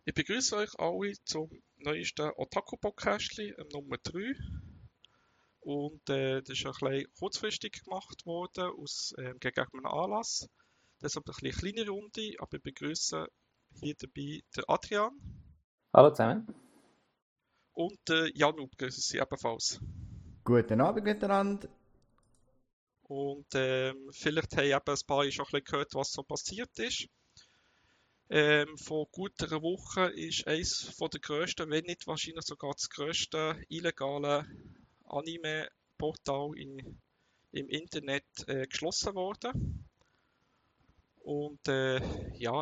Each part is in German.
Ich begrüße euch alle zum neuesten Otaku-Podcast, Nummer 3. Und das ist ein bisschen kurzfristig gemacht worden, aus gegebenem Anlass. Deshalb ein bisschen kleine Runde, aber ich begrüße hier dabei den Adrian Hallo zusammen. und den Janu begrüßen sie ebenfalls. Guten Abend miteinander. Und vielleicht haben eben ein paar schon ein bisschen gehört, was so passiert ist. Vor gut einer Woche ist eines der grössten, wenn nicht wahrscheinlich sogar das grösste illegale Anime-Portal im Internet geschlossen worden. Und ja,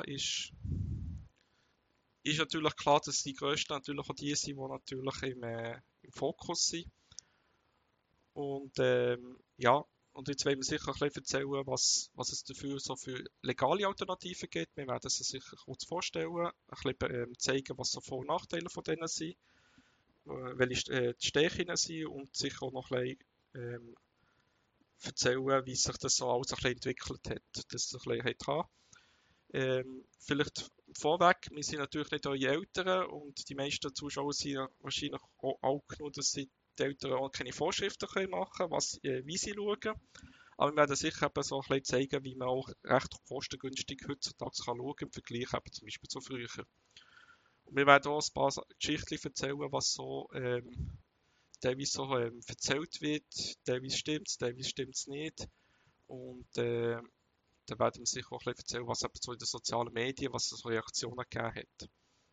ist natürlich klar, dass die grössten natürlich auch die sind, die natürlich im Fokus sind. Und ja, und jetzt wollen wir sicher ein bisschen erzählen, was es dafür so für legale Alternativen gibt. Wir werden sie sicher kurz vorstellen, ein bisschen zeigen, was so Vor- und Nachteile von denen sind, welche die Stärken sind und sicher auch noch ein bisschen erzählen, wie sich das so alles ein bisschen entwickelt hat, dass es ein bisschen hat. Vielleicht vorweg, wir sind natürlich nicht eure Eltern und die meisten Zuschauer sind ja wahrscheinlich auch alt genug, dass sie die Eltern auch keine Vorschriften können machen können, wie sie schauen. Aber wir werden sicher eben so ein bisschen zeigen, wie man auch recht kostengünstig heutzutage kann schauen kann, im Vergleich eben zum Beispiel zu früher. Und wir werden auch ein paar Geschichten erzählen, was so teilweise so erzählt wird. Teilweise stimmt es nicht. Und dann werden wir sicher auch ein bisschen erzählen, was eben so in den sozialen Medien, was es so Reaktionen gegeben hat.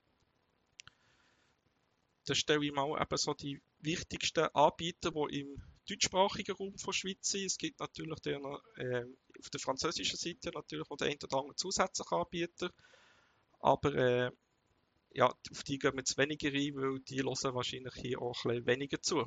Dann stelle ich mal eben so die wichtigsten Anbieter, die im deutschsprachigen Raum von der Schweiz sind. Es gibt natürlich dann, auf der französischen Seite natürlich auch den einen oder anderen zusätzlichen Anbieter. Aber ja, auf die gehen wir jetzt weniger ein, weil die hören wahrscheinlich hier auch ein bisschen weniger zu.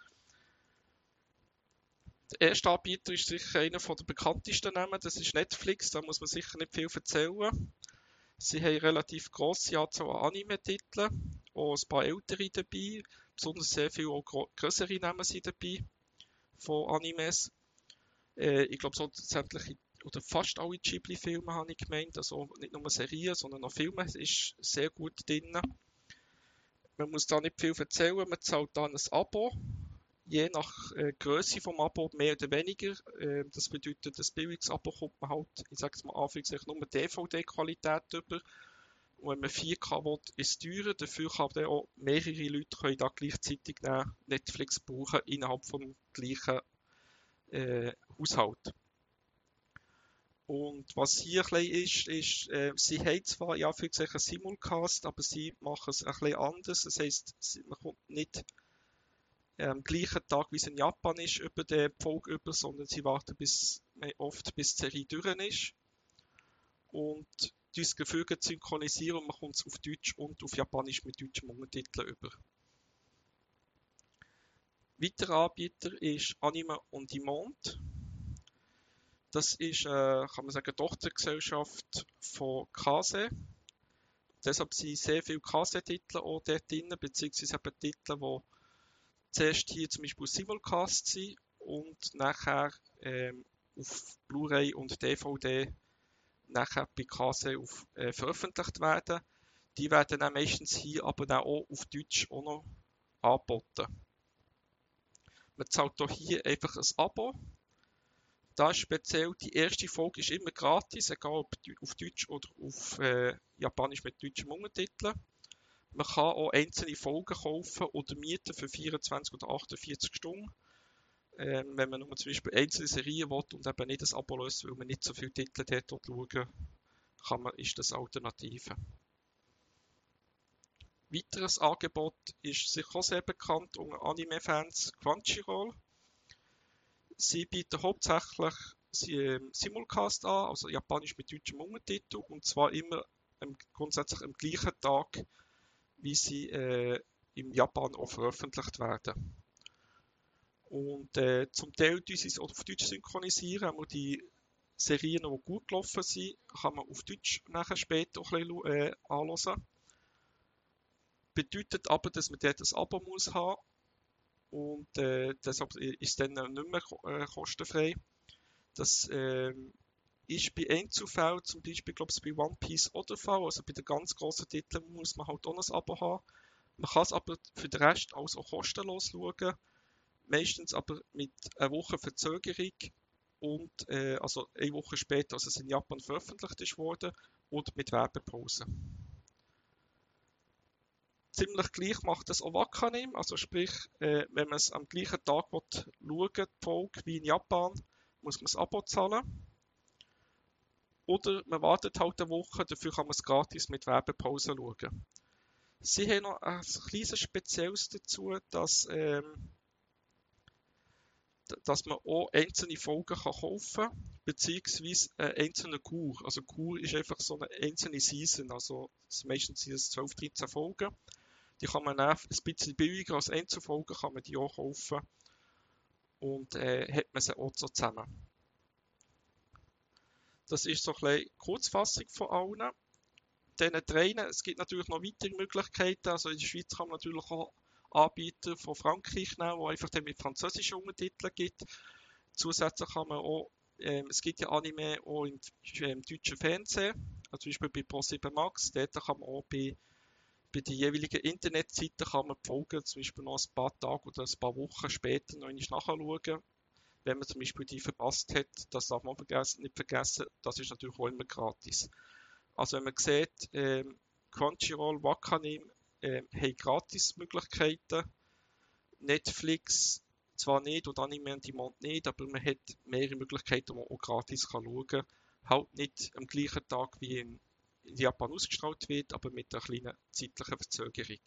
Der erste Anbieter ist sicher einer der bekanntesten Namen, das ist Netflix, da muss man sicher nicht viel erzählen. Sie haben eine relativ grosse Anzahl an Anime-Titeln, auch ein paar ältere dabei, besonders sehr viele auch grössere Namen sind dabei von Animes. Ich glaube, so sämtliche oder fast alle Ghibli-Filme habe ich gemeint, also nicht nur Serien, sondern auch Filme, ist sehr gut drin. Man muss da nicht viel erzählen, man zahlt dann ein Abo, je nach Größe vom Abo mehr oder weniger. Das bedeutet, das Bildungsabo kommt man halt, ich sage es mal anführungszeichen, nur DVD-Qualität über. Und wenn man 4K will, ist es teurer. Dafür kann dann auch mehrere Leute können da gleichzeitig Netflix brauchen innerhalb vom gleichen Haushalt. Und was hier ein bisschen ist, sie haben zwar ja für einen Simulcast, aber sie machen es ein bisschen anders. Das heisst, man kommt nicht am gleichen Tag, wie es in Japan ist, über die Folge über, sondern sie warten oft bis die Serie durch ist. Und das Gefüge synchronisieren und man kommt es auf Deutsch und auf Japanisch mit deutschen Untertiteln über. Weiterer Anbieter ist Anime on Demand. Das ist, kann man sagen, eine Tochtergesellschaft von Kase. Deshalb sind sehr viele Kase-Titel auch dort drin, beziehungsweise eben Titel, die zuerst hier zum Beispiel Simulcast sind und nachher auf Blu-ray und DVD nachher bei Kase veröffentlicht werden. Die werden dann meistens hier aber dann auch auf Deutsch auch noch angeboten. Man zahlt hier einfach ein Abo. Da ist speziell, die erste Folge ist immer gratis, egal ob auf Deutsch oder auf Japanisch mit deutschen Untertiteln. Man kann auch einzelne Folgen kaufen oder mieten für 24 oder 48 Stunden. Wenn man nur zum Beispiel einzelne Serien will und eben nicht das Abo löst, weil man nicht so viele Titel dort schauen ist das eine Alternative. Weiteres Angebot ist sicher auch sehr bekannt unter Anime-Fans, Crunchyroll. Sie bieten hauptsächlich Simulcast an, also Japanisch mit deutschem Untertitel, und zwar immer grundsätzlich am gleichen Tag, wie sie im Japan auch veröffentlicht werden. Und zum Teil sie es auch auf Deutsch synchronisieren, aber die Serien, die gut gelaufen sind, kann man auf Deutsch nachher später auch ein bisschen anhören. Bedeutet aber, dass man dort ein Abo muss haben und deshalb ist es dann nicht mehr kostenfrei. Das ist bei Einzelfällen, zum Beispiel, glaube ich, bei One Piece auch der Fall. Also bei den ganz grossen Titeln muss man halt auch ein Abo haben. Man kann es aber für den Rest alles auch kostenlos schauen. Meistens aber mit einer Woche Verzögerung und also eine Woche später, als es in Japan veröffentlicht ist worden, und mit Werbepause. Ziemlich gleich macht das auch Wakanim, also sprich, wenn man es am gleichen Tag schauen will, die Folge wie in Japan, muss man das Abo zahlen. Oder man wartet halt eine Woche, dafür kann man es gratis mit Werbepause schauen. Sie haben noch ein kleines Spezielles dazu, dass man auch einzelne Folgen kann kaufen kann, beziehungsweise einen einzelnen Kur. Also Kur ist einfach so eine einzelne Season, also meistens sind es 12, 13 Folgen. Die kann man ein bisschen billiger als Einzelfolgen, kann man die auch kaufen und hat man sie auch so zusammen. Das ist so ein bisschen die Kurzfassung von allen. Diesen dreien, es gibt natürlich noch weitere Möglichkeiten, also in der Schweiz kann man natürlich auch Anbieter von Frankreich nehmen, die einfach dann mit französischen Untertiteln gibt. Zusätzlich kann man auch, es gibt ja Anime auch im deutschen Fernsehen, also zum Beispiel bei Pro7 Max, dort kann man auch bei den jeweiligen Internetseiten kann man die Folgen zum Beispiel noch ein paar Tage oder ein paar Wochen später noch einmal nachschauen, wenn man zum Beispiel die verpasst hat. Das darf man nicht vergessen, das ist natürlich auch immer gratis. Also wenn man sieht, Crunchyroll, Wakanim haben Gratis-Möglichkeiten. Netflix zwar nicht und Anime on Demand nicht, aber man hat mehrere Möglichkeiten, wo man auch gratis schauen kann. Halt nicht am gleichen Tag wie in Japan ausgestrahlt wird, aber mit einer kleinen zeitlichen Verzögerung.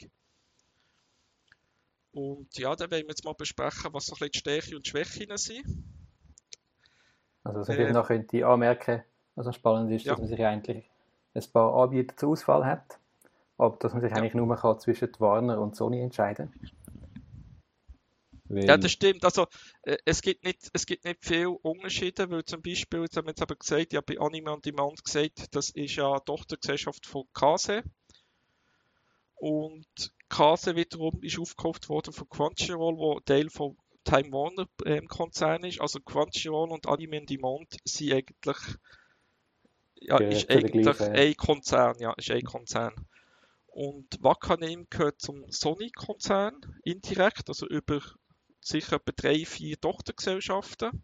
Und ja, dann wollen wir jetzt mal besprechen, was so ein bisschen die Stärken und Schwächen sind. Also was ich vielleicht noch könnte anmerken, was spannend ist, dass man sich eigentlich ein paar Anbieter zur Auswahl hat, aber dass man sich eigentlich nur kann zwischen Warner und Sony entscheiden kann. Ja, das stimmt. Also, es gibt nicht viele Unterschiede, weil zum Beispiel, jetzt haben wir jetzt aber gesagt, ja, bei Anime on Demand gesagt, das ist ja eine Tochtergesellschaft von Kase. Und Kase wiederum ist aufgekauft worden von Crunchyroll, wo Teil von Time Warner Konzern ist. Also Crunchyroll und Anime on Demand sind eigentlich, ja, ist eigentlich ein Konzern, ja, ist ein Konzern. Und Wakanim gehört zum Sony-Konzern indirekt, also über sicher etwa 3, 4 Tochtergesellschaften.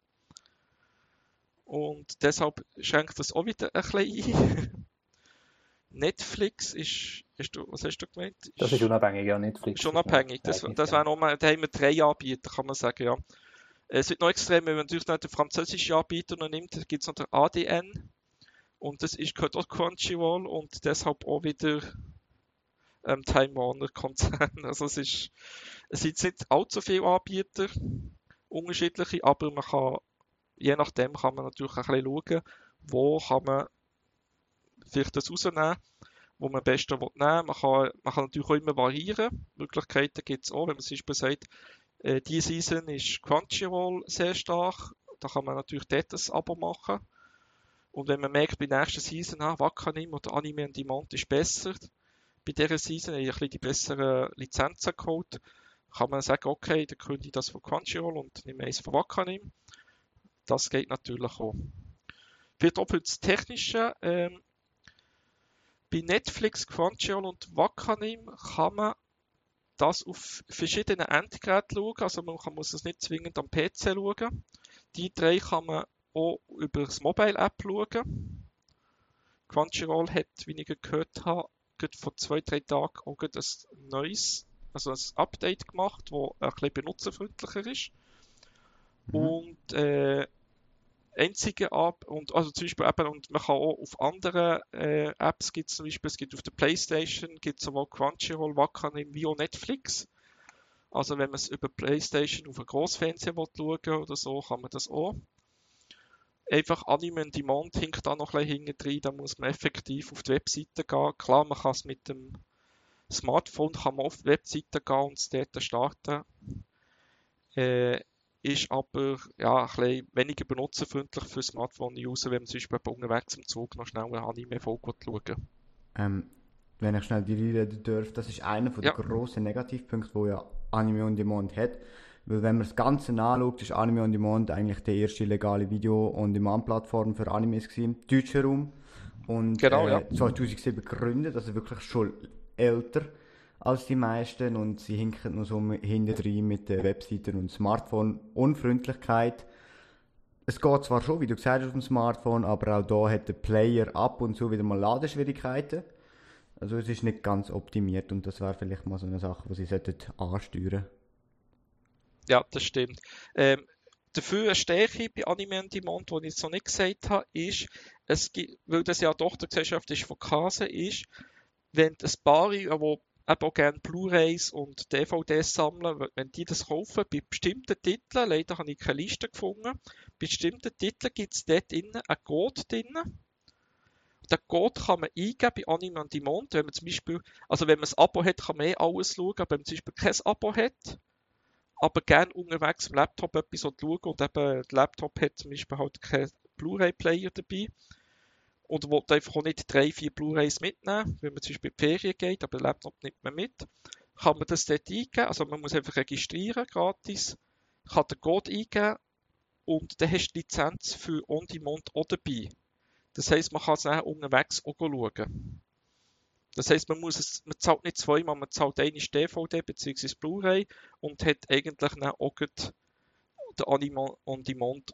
Und deshalb schränkt das auch wieder ein bisschen ein. Netflix was hast du gemeint? Das ist unabhängig, ja, Netflix. Ist unabhängig. Das wäre nochmal, da haben wir 3 Anbieter, kann man sagen, ja. Es wird noch extrem, wenn man natürlich noch den französischen Anbieter noch nimmt, da gibt es noch den ADN. Und das gehört auch Crunchyroll und deshalb auch wieder Time Warner Konzern. Also es sind nicht allzu viele Anbieter, unterschiedliche, aber man kann, je nachdem kann man natürlich ein bisschen schauen, wo kann man vielleicht das rausnehmen, wo man am besten nehmen will. Man kann natürlich auch immer variieren. Möglichkeiten gibt es auch, wenn man zum Beispiel sagt, diese Season ist Crunchyroll sehr stark, da kann man natürlich dort ein Abo machen. Und wenn man merkt, bei der nächsten Season, Wakanim oder Anime on Demand ist besser, bei dieser Season ein bisschen die besseren Lizenzen geholt, kann man sagen, okay, dann kündige ich das von Crunchyroll und nehme eins von Wakanim. Das geht natürlich auch. Vielleicht auch für das Technische, bei Netflix, Crunchyroll und Wakanim kann man das auf verschiedenen Endgeräten schauen, also man muss es nicht zwingend am PC schauen. Die 3 kann man auch über das Mobile-App schauen. Crunchyroll hat, wie ich gehört habe, vor 2, 3 Tagen auch ein neues, also ein Update gemacht, das ein bisschen benutzerfreundlicher ist. Und einzige also zum Beispiel eben, und man kann auch auf anderen Apps, zum Beispiel, es gibt auf der Playstation, gibt es sowohl Crunchyroll, Wakanim wie auch Netflix. Also wenn man es über Playstation auf einen Grossfernseher schauen oder so, kann man das auch. Einfach Anime on Demand hinkt da noch ein bisschen hinten rein, da muss man effektiv auf die Webseite gehen. Klar, man kann es mit dem Smartphone kann man auf die Webseite gehen und es dort starten. Ist aber ja, ein bisschen weniger benutzerfreundlich für Smartphone-User, wenn man zum Beispiel unterwegs im Zug noch schnell eine Anime-Folge schauen. Wenn ich schnell die reden darf, das ist einer der grossen Negativpunkte, wo ja Anime on Demand hat. Weil wenn man das Ganze anschaut, ist Anime on Demand eigentlich die erste legale Video-on-Demand-Plattform für Animes gewesen, im deutschen Raum. Und Genau, ja. 2007 gegründet, also wirklich schon älter als die meisten. Und sie hinken noch so hintendrein mit den Webseiten und Smartphone-Unfreundlichkeit. Es geht zwar schon, wie du gesagt hast, auf dem Smartphone, aber auch da hat der Player ab und zu wieder mal Ladeschwierigkeiten. Also es ist nicht ganz optimiert und das wäre vielleicht mal so eine Sache, die sie ansteuern sollten. Ja, das stimmt. Dafür eine Stärke bei Anime on Demand, die ich jetzt noch nicht gesagt habe, ist, es gibt, weil das ja eine Tochtergesellschaft ist von Kase, ist, wenn ein paar, die eben auch gerne Blu-rays und DVDs sammeln, wenn die das kaufen, bei bestimmten Titeln, leider habe ich keine Liste gefunden, bei bestimmten Titeln gibt es dort innen einen Code drin. Den Code kann man eingeben bei Anime on Demand, wenn man zum Beispiel, also wenn man ein Abo hat, kann man alles schauen, aber wenn man zum Beispiel kein Abo hat, aber gerne unterwegs am Laptop etwas schauen und eben der Laptop hat zum Beispiel halt keinen Blu-ray-Player dabei und will einfach auch nicht 3-4 Blu-rays mitnehmen, wenn man zum Beispiel in die Ferien geht, aber der Laptop nimmt man mit, kann man das dort eingeben, also man muss einfach registrieren, gratis, kann den Code eingeben und dann hast du die Lizenz für On-Demand auch dabei. Das heisst, man kann es dann unterwegs auch schauen. Das heisst, man zahlt nicht zweimal, man zahlt einmal DVD bzw. Blu-ray und hat eigentlich dann auch den Anime on Demand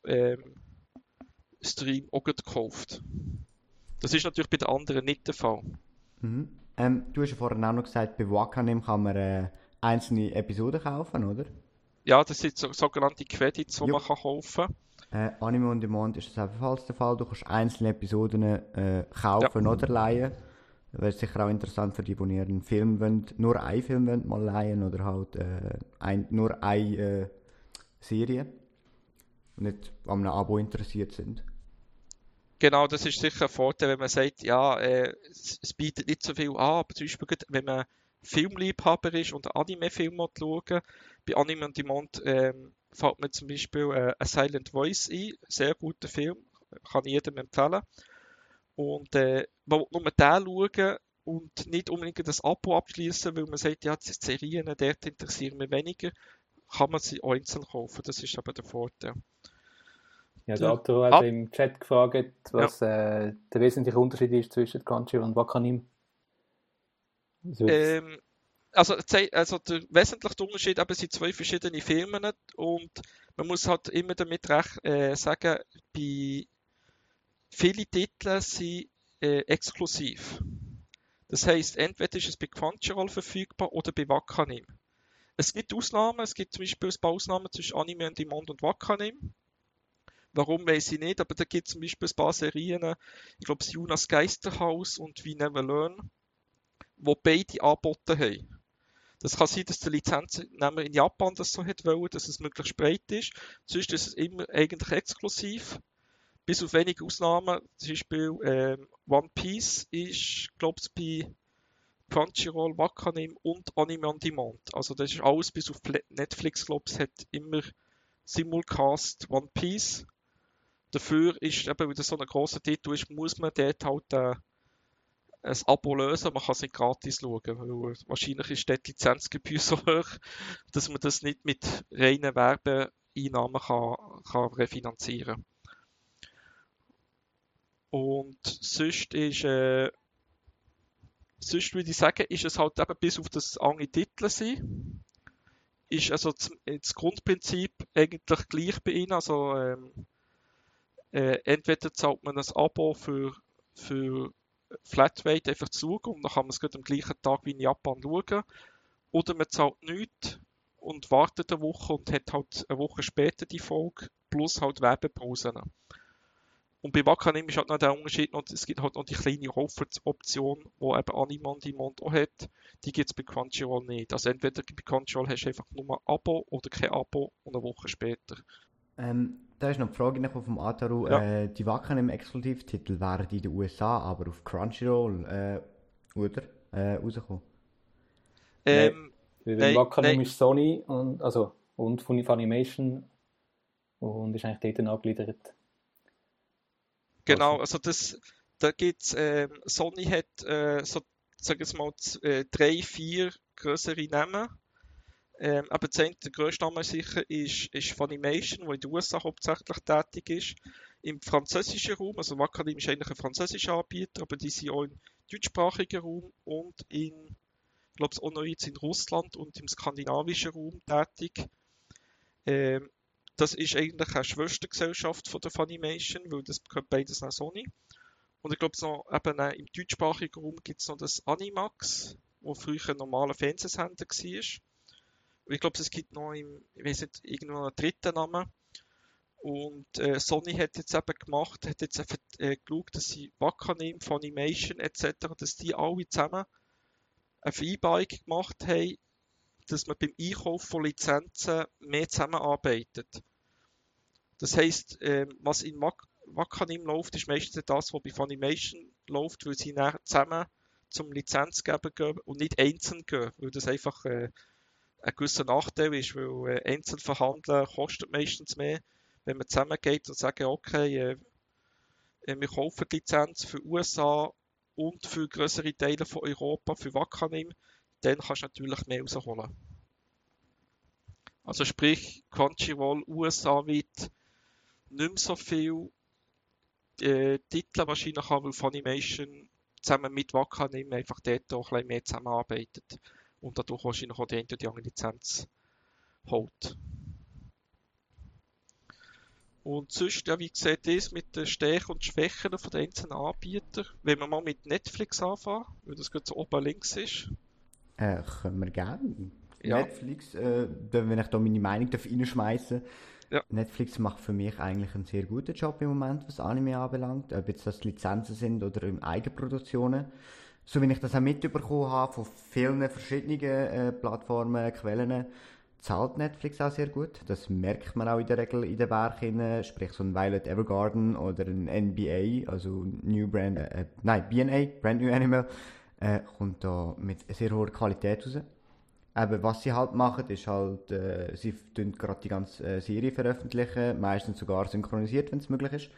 Stream auch gekauft. Das ist natürlich bei den anderen nicht der Fall. Mhm. Du hast ja vorhin auch noch gesagt, bei Wakanim kann man einzelne Episoden kaufen, oder? Ja, das sind sogenannte Credits, die man kaufen kann. Anime on Demand ist das ebenfalls der Fall. Du kannst einzelne Episoden kaufen oder leihen. Das wäre sicher auch interessant für die einen Film wollen, nur einen Film wollen, mal leihen oder halt nur eine Serie und nicht an einem Abo interessiert sind. Genau, das ist sicher ein Vorteil, wenn man sagt, ja, es bietet nicht so viel an, aber zum Beispiel, wenn man Filmliebhaber ist und einen Anime-Film schauen, bei Anime on Demand fällt mir zum Beispiel A Silent Voice ein, sehr guter Film, kann ich jedem empfehlen. Und man will nur den schauen und nicht unbedingt das Abo abschließen, weil man sagt, ja, die Serien dort interessieren mich weniger, kann man sie einzeln kaufen. Das ist aber der Vorteil. Ja, der Arthur hat im Chat gefragt, was der wesentliche Unterschied ist zwischen Crunchyroll und Wakanim. Also der wesentliche Unterschied eben sind zwei verschiedene Filme und man muss halt immer damit sagen, bei viele Titel sind exklusiv. Das heisst, entweder ist es bei Crunchyroll verfügbar oder bei Wakanim. Es gibt Ausnahmen, es gibt zum Beispiel ein paar Ausnahmen zwischen Anime on Demand und Wakanim. Warum, weiß ich nicht, aber da gibt es zum Beispiel ein paar Serien, ich glaube, das Yunas Geisterhaus und We Never Learn, wo beide angeboten haben. Das kann sein, dass der Lizenznehmer in Japan das so hat wollen, dass es möglichst breit ist. Sonst ist es immer eigentlich exklusiv. Bis auf wenige Ausnahmen, zum Beispiel One Piece ist, glaube ich, bei Crunchyroll, Wakanim und Anime on Demand. Also das ist alles bis auf Netflix, glaube ich, hat immer Simulcast One Piece. Dafür ist eben, weil das so ein grosser Titel ist, muss man dort halt ein Abo lösen. Man kann es nicht gratis schauen, weil wahrscheinlich ist dort die Lizenzgebühr so hoch, dass man das nicht mit reinen Werbeeinnahmen kann refinanzieren. Und sonst würde ich sagen, ist es halt eben bis auf das andere Titel sein, ist also das Grundprinzip eigentlich gleich bei Ihnen. Also entweder zahlt man ein Abo für Flatrate einfach zu schauen und dann kann man es am gleichen Tag wie in Japan schauen. Oder man zahlt nichts und wartet eine Woche und hat halt eine Woche später die Folge plus halt Werbepausen. Und bei Wakanim ist halt noch der Unterschied, und es gibt halt noch die kleine Option, die eben Anime on Demand auch hat. Die gibt es bei Crunchyroll nicht. Also entweder bei Crunchyroll hast du einfach nur ein Abo oder kein Abo und eine Woche später. Da ist noch die Frage nach vom Ataru. Ja. Die Wakanim-Exklusivtitel wären in den USA, aber auf Crunchyroll, oder? Rausgekommen. Weil Wakanim ist Sony und Funimation und ist eigentlich dort angegliedert. Genau, also da gibt's, Sony hat, sagen wir mal, 3-4 größere Namen. Aber der grösste Name sicher ist Funimation, der in den USA hauptsächlich tätig ist. Im französischen Raum, also Wakanim ist eigentlich ein französischer Anbieter, aber die sind auch im deutschsprachigen Raum und ich glaube auch noch jetzt in Russland und im skandinavischen Raum tätig. Das ist eigentlich eine Schwestergesellschaft von der Funimation, weil das gehört beides nach Sony. Und ich glaube, so, eben, im deutschsprachigen Raum gibt es noch das Animax, wo früher ein normaler Fernsehsender war. Und ich glaube, es gibt noch ich weiß nicht, irgendwo einen dritten Namen. Und Sony hat jetzt eben gemacht, hat jetzt einfach geschaut, dass sie Wakanim, Funimation etc., dass die alle zusammen eine Vereinbarung gemacht haben, dass man beim Einkauf von Lizenzen mehr zusammenarbeitet. Das heisst, was in Wakanim läuft, ist meistens das, was bei Funimation läuft, weil sie dann zusammen zum Lizenzgeber gehen und nicht einzeln gehen, weil das einfach ein gewisser Nachteil ist, weil einzeln verhandeln kostet meistens mehr, wenn man zusammengeht und sagt, okay, wir kaufen die Lizenz für USA und für größere Teile von Europa, für Wakanim, dann kannst du natürlich mehr rausholen. Also sprich, Crunchyroll USA wird nicht mehr so viel Titel wahrscheinlich haben, weil Funimation zusammen mit Wakanim einfach dort auch ein bisschen mehr zusammenarbeitet und dadurch wahrscheinlich auch die eine oder die andere Lizenz holt. Und sonst, ja, wie sieht das mit den Stärken und Schwächen von den einzelnen Anbietern? Wenn wir mal mit Netflix anfangen, weil das gerade so oben links ist. Können wir gerne. Ja. Netflix, wenn ich da meine Meinung reinschmeißen darf. Ja. Netflix macht für mich eigentlich einen sehr guten Job im Moment, was Anime anbelangt. Ob jetzt das Lizenzen sind oder in Eigenproduktionen. So wie ich das auch mitbekommen habe von vielen verschiedenen Plattformen, Quellen, zahlt Netflix auch sehr gut. Das merkt man auch in der Regel in den Werken, sprich so ein Violet Evergarden oder ein NBA, also BNA, Brand New Animal, kommt da mit sehr hoher Qualität raus. Aber was sie halt machen, ist halt, sie tun gerade die ganze Serie veröffentlichen, meistens sogar synchronisiert, wenn es möglich ist.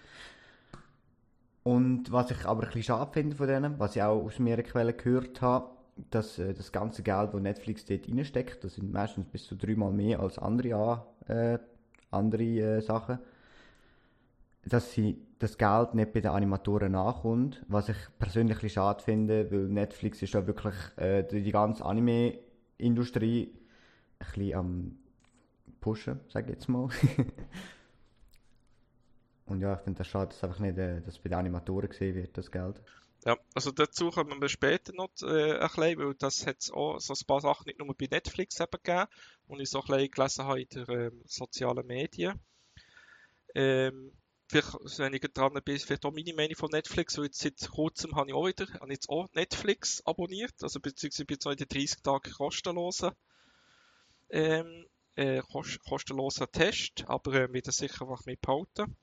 Und was ich aber ein bisschen schade finde von denen, was ich auch aus mehreren Quellen gehört habe, dass das ganze Geld, das Netflix dort reinsteckt, das sind meistens bis zu 3-mal mehr als andere Sachen, dass sie das Geld nicht bei den Animatoren nachkommt, was ich persönlich ein bisschen schade finde, weil Netflix ist da wirklich die ganze Anime-Industrie ein bisschen am pushen, sage ich jetzt mal. Und ja, ich finde das schade, dass einfach nicht dass bei den Animatoren gesehen wird, das Geld. Ja, also dazu kommen wir später noch ein bisschen, weil das hat es auch so ein paar Sachen nicht nur bei Netflix eben gegeben, und ich so ein bisschen gelesen habe in den sozialen Medien. Vielleicht, wenn ich dran bin, vielleicht auch meine Meinung von Netflix, weil jetzt seit kurzem habe ich jetzt auch Netflix abonniert, also beziehungsweise bin jetzt noch in den 30 Tagen kostenloser Test, aber wird das sicher einfach mitbehalten.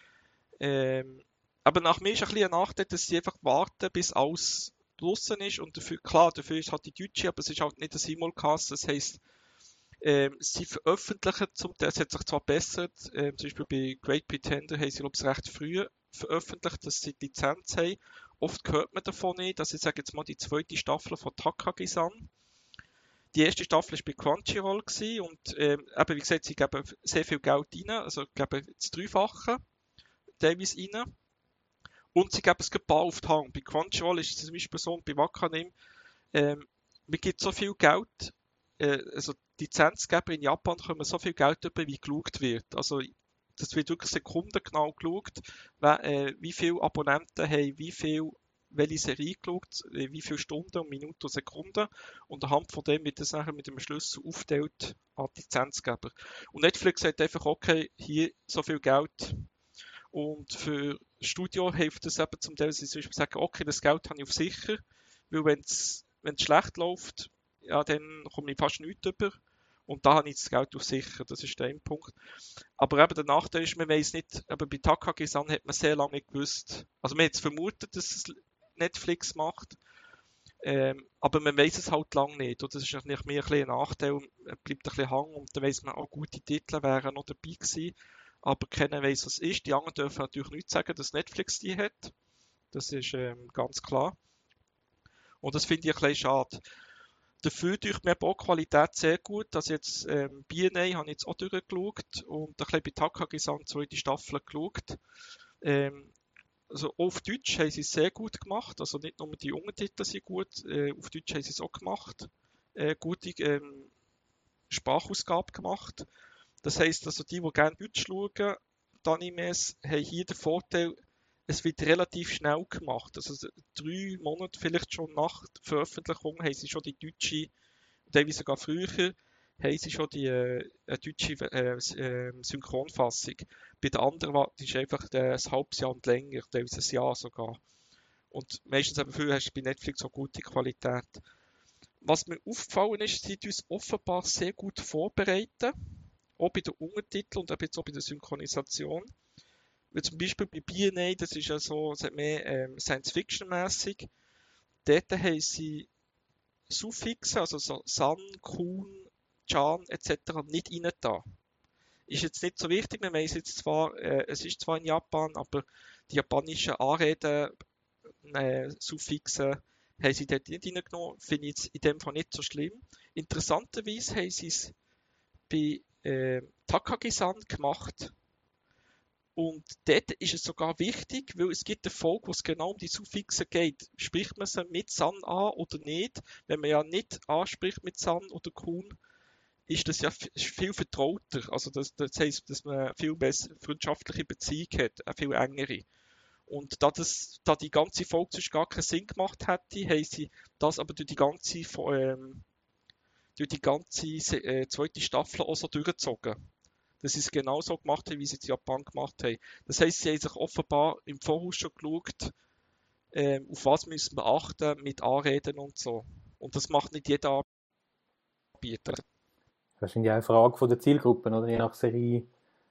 Aber nach mir ist ein bisschen ein Nachteil, dass sie einfach warten, bis alles draussen ist, und dafür ist halt die Deutsche, aber es ist halt nicht ein Simulcast, das heisst, sie veröffentlichen es hat sich zwar bessert, zum Beispiel bei Great Pretender haben sie, glaube ich, recht früh veröffentlicht, dass sie die Lizenz haben. Oft hört man davon nicht, dass ich sage jetzt mal die zweite Staffel von Takagi-san. Die erste Staffel war bei Crunchyroll gewesen, und eben, wie gesagt, sie geben sehr viel Geld rein, also geben das Dreifache teilweise rein. Und sie geben es bar auf die Hand. Bei Crunchyroll ist es zum Beispiel so, und bei Wakanim, man gibt so viel Geld, also die Lizenzgeber in Japan kommen so viel Geld über, wie geschaut wird. Also das wird wirklich sekundengenau geschaut, wie viele Abonnenten haben, welche Serie geschaut, wie viele Stunden und Minuten und Sekunden, und anhand von dem wird das nachher mit einem Schlüssel aufgeteilt an die Lizenzgeber. Und Netflix sagt einfach, okay, hier so viel Geld. Und für das Studio hilft es eben zum Teil, dass sie zum Beispiel sagen, okay, das Geld habe ich auf sicher, weil wenn es schlecht läuft, ja, dann komme ich fast nichts über. Und da habe ich das Geld auf sicher, das ist der Punkt. Aber eben der Nachteil ist, man weiß nicht, aber bei Takagi-san hat man sehr lange gewusst, also man hat es vermutet, dass es Netflix macht, aber man weiß es halt lange nicht. Und das ist natürlich mehr ein Nachteil, man bleibt ein bisschen hängen, und dann weiss man auch, gute Titel wären noch dabei gewesen, aber keiner weiß, was es ist. Die anderen dürfen natürlich nicht sagen, dass Netflix die hat. Das ist ganz klar. Und das finde ich ein bisschen schade. Dafür durch mir auch die Qualität sehr gut. Also jetzt B&A habe ich jetzt auch durchgeschaut und ein bisschen bei Takagi-san 2. Staffel geschaut. Also auf Deutsch haben sie es sehr gut gemacht. Also nicht nur die Untertitel sind gut, auf Deutsch haben sie es auch gemacht. Gute Sprachausgabe gemacht. Das heisst, also die gerne Deutsch schauen, die Animes, haben hier den Vorteil, es wird relativ schnell gemacht. Also 3 Monate vielleicht schon nach der Veröffentlichung haben sie schon die deutsche, teilweise sogar früher, haben sie schon die deutsche Synchronfassung. Bei den anderen ist einfach ein halbes Jahr und länger, teilweise ein Jahr sogar. Und meistens eben früher hast du bei Netflix so gute Qualität. Was mir aufgefallen ist, sie tun uns offenbar sehr gut vorbereiten. Auch bei den Untertiteln und auch bei der Synchronisation. Weil zum Beispiel bei B&A, das ist ja so, es hat mehr Science-Fiction-mäßig. Dort haben sie Suffixe, also so San, Kun, Chan etc. nicht rein da. Ist jetzt nicht so wichtig, wir meinen jetzt zwar, es ist zwar in Japan, aber die japanischen Anreden, Suffixe, haben sie dort nicht reingenommen. Finde ich jetzt in dem Fall nicht so schlimm. Interessanterweise haben sie es bei Takagi-san gemacht. Und dort ist es sogar wichtig, weil es gibt eine Folge, wo es genau um die Suffixe geht. Spricht man sie mit San an oder nicht? Wenn man ja nicht anspricht mit San oder Kun, ist das ja viel vertrauter. Also das heisst, dass man viel besser freundschaftliche Beziehung hat, eine viel engere. Und da die ganze Folge sonst gar keinen Sinn gemacht hätte, haben sie das aber durch die ganze zweite Staffel auch so durchgezogen. Dass sie es genau so gemacht haben, wie sie es in Japan gemacht haben. Das heisst, sie haben sich offenbar im Voraus schon geschaut, auf was müssen wir achten mit Anreden und so. Und das macht nicht jeder Anbieter. Wahrscheinlich auch eine Frage von der Zielgruppe, oder? Je nach Serie.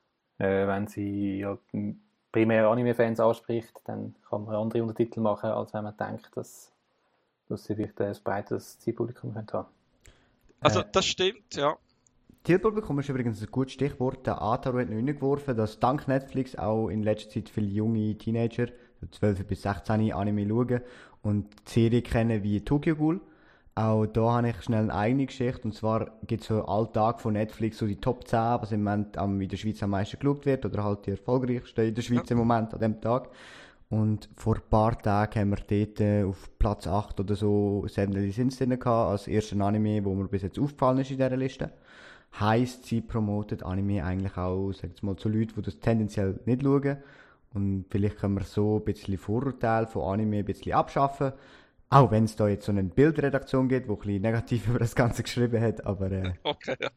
Wenn sie ja primär Anime-Fans anspricht, dann kann man andere Untertitel machen, als wenn man denkt, dass sie vielleicht ein breites Zielpublikum haben könnte. Also das stimmt, ja. Zielpublikum ist übrigens ein gutes Stichwort. Der Ataru hat noch reingeworfen, dass dank Netflix auch in letzter Zeit viele junge Teenager, 12 bis 16 Anime schauen und die Serie kennen wie Tokyo Ghoul. Auch da habe ich schnell eine eigene Geschichte. Und zwar gibt es so Alltag von Netflix, so die Top 10, was im Moment in der Schweiz am meisten geschaut wird, oder halt die erfolgreichsten in der Schweiz im Moment an dem Tag. Und vor ein paar Tagen haben wir dort auf Platz 8 oder so Sendeli Sins drin gehabt, als ersten Anime, wo mir bis jetzt aufgefallen ist in dieser Liste. Heisst, sie promotet Anime eigentlich auch, sag ich mal, zu Leuten, die das tendenziell nicht schauen. Und vielleicht können wir so ein bisschen Vorurteile von Anime ein bisschen abschaffen. Auch wenn es da jetzt so eine Bildredaktion gibt, die ein bisschen negativ über das Ganze geschrieben hat, aber okay, ja.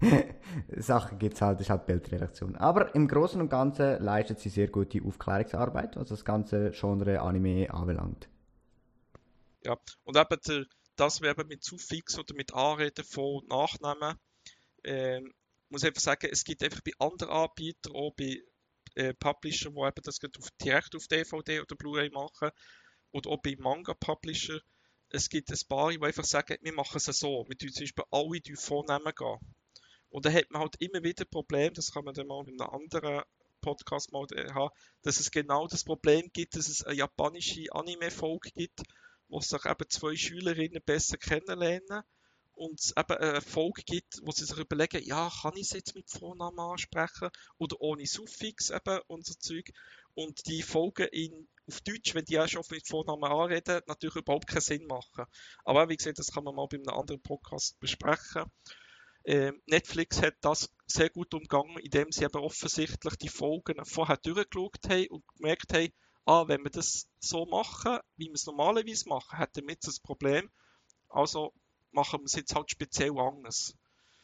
Sachen gibt es halt, das ist halt Bildredaktion. Aber im Großen und Ganzen leistet sie sehr gute Aufklärungsarbeit, was das ganze Genre Anime anbelangt. Ja, und eben das wir eben mit Suffix oder mit Anreden von Nachnamen, muss ich einfach sagen, es gibt einfach bei anderen Anbietern, auch bei Publishern, die eben das direkt auf DVD oder Blu-ray machen, oder auch bei Manga-Publisher, es gibt ein paar, die einfach sagen, wir machen es so, wir tun zum Beispiel alle Vornamen gehen. Und dann hat man halt immer wieder ein Problem, das kann man dann mal in einem anderen Podcast mal haben, dass es genau das Problem gibt, dass es eine japanische Anime-Folge gibt, wo sich eben 2 Schülerinnen besser kennenlernen und es eben eine Folge gibt, wo sie sich überlegen, ja, kann ich es jetzt mit Vornamen ansprechen oder ohne Suffix eben und so Zeug. Und die Folgen auf Deutsch, wenn die auch schon mit Vornamen anreden, natürlich überhaupt keinen Sinn machen. Aber wie gesagt, das kann man mal bei einem anderen Podcast besprechen. Netflix hat das sehr gut umgangen, indem sie aber offensichtlich die Folgen vorher durchgeschaut haben und gemerkt haben, wenn wir das so machen, wie wir es normalerweise machen, hätten wir jetzt ein Problem. Also machen wir es jetzt halt speziell anders.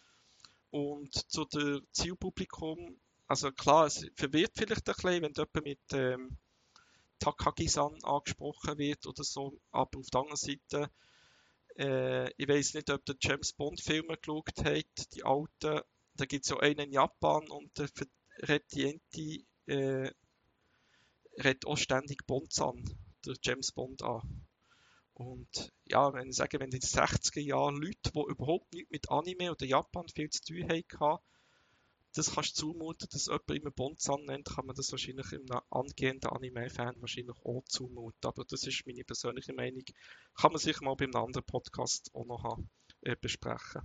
Und zu der Zielpublikum, also klar, es verwirrt vielleicht ein bisschen, wenn jemand mit Takagi-san angesprochen wird oder so, aber auf der anderen Seite, ich weiß nicht, ob der James Bond-Filme geschaut hat, die alten, da gibt es ja einen in Japan und der Retienti redet auch ständig Bond-san, der James Bond an. Und ja, wenn ich sage, wenn in den 60er Jahren Leute, die überhaupt nichts mit Anime oder Japan viel zu tun hatten, das kannst du zumuten, dass jemand immer Bond-san nennt, kann man das wahrscheinlich einem angehenden Anime-Fan wahrscheinlich auch zumuten. Aber das ist meine persönliche Meinung. Kann man sicher mal bei einem anderen Podcast auch noch haben. besprechen.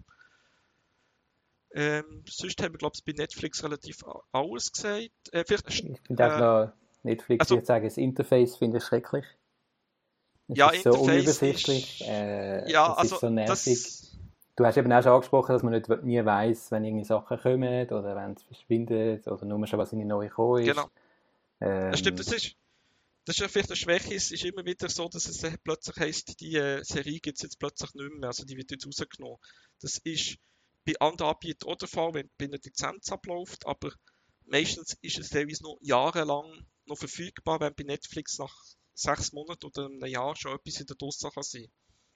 Sonst haben wir, glaube ich, bei Netflix relativ alles gesagt. Ich finde auch noch Netflix, also, ich würde sagen, das Interface finde ich schrecklich. Es ja, ist so Interface unübersichtlich, ja, es also ist so nervig. das, Du hast eben auch schon angesprochen, dass man nie weiss, wenn irgendwie Sachen kommen oder wenn es verschwindet oder nur schon was in die neue gekommen ist. genau. Das stimmt, das ist ja vielleicht eine Schwäche. Es ist immer wieder so, dass es plötzlich heisst, die Serie gibt es jetzt plötzlich nicht mehr, also die wird jetzt rausgenommen. Das ist bei anderen Anbietern auch der Fall, wenn bei einer Lizenz abläuft, aber meistens ist es teilweise noch jahrelang noch verfügbar, wenn bei Netflix nach 6 Monaten oder einem Jahr schon etwas in der Dose kann sein.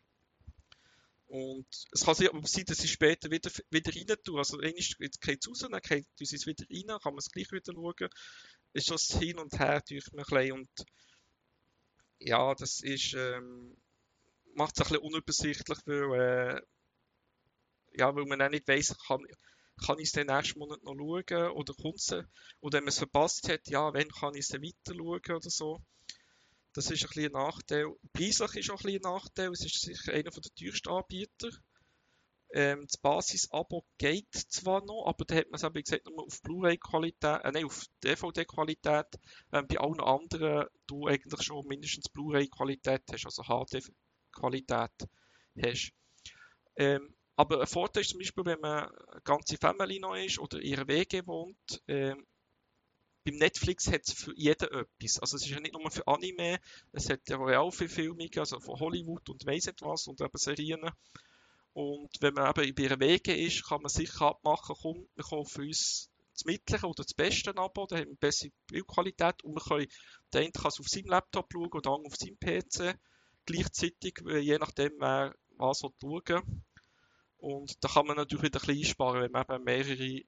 Und es kann aber sein, dass sie später wieder rein tun. Also einmal geht es raus, dann tun sie es wieder rein, kann man es gleich wieder schauen. Ist das hin und her durch ein bisschen. Und ja, das ist, macht es ein bisschen unübersichtlich, weil man auch nicht weiss, kann ich es den nächsten Monat noch schauen oder kommt es, oder wenn man es verpasst hat, ja, wann kann ich es dann weiter schauen oder so. Das ist ein bisschen ein Nachteil. Preislich ist auch ein bisschen ein Nachteil. Es ist sicher einer der teuersten Anbieter. Das Basis-Abo geht zwar noch, aber da hat man es eben gesagt, nur auf Blu-ray-Qualität, auf DVD-Qualität, bei allen anderen du eigentlich schon mindestens Blu-ray-Qualität hast, also HD-Qualität hast. Aber ein Vorteil ist zum Beispiel, wenn man eine ganze Family noch ist oder in einer WG wohnt, beim Netflix hat es für jeden etwas. Also es ist ja nicht nur für Anime, es hat ja Realverfilmungen, also von Hollywood und weiss nicht was und eben Serien. Und wenn man eben bei einer WG ist, kann man sicher abmachen, komm, wir kommen für uns das mittlere oder das beste Abo, da haben wir bessere Bildqualität und der eine kann es auf seinem Laptop schauen oder der andere auf seinem PC gleichzeitig, je nachdem wer was schauen. Und da kann man natürlich wieder ein bisschen einsparen, wenn man eben mehrere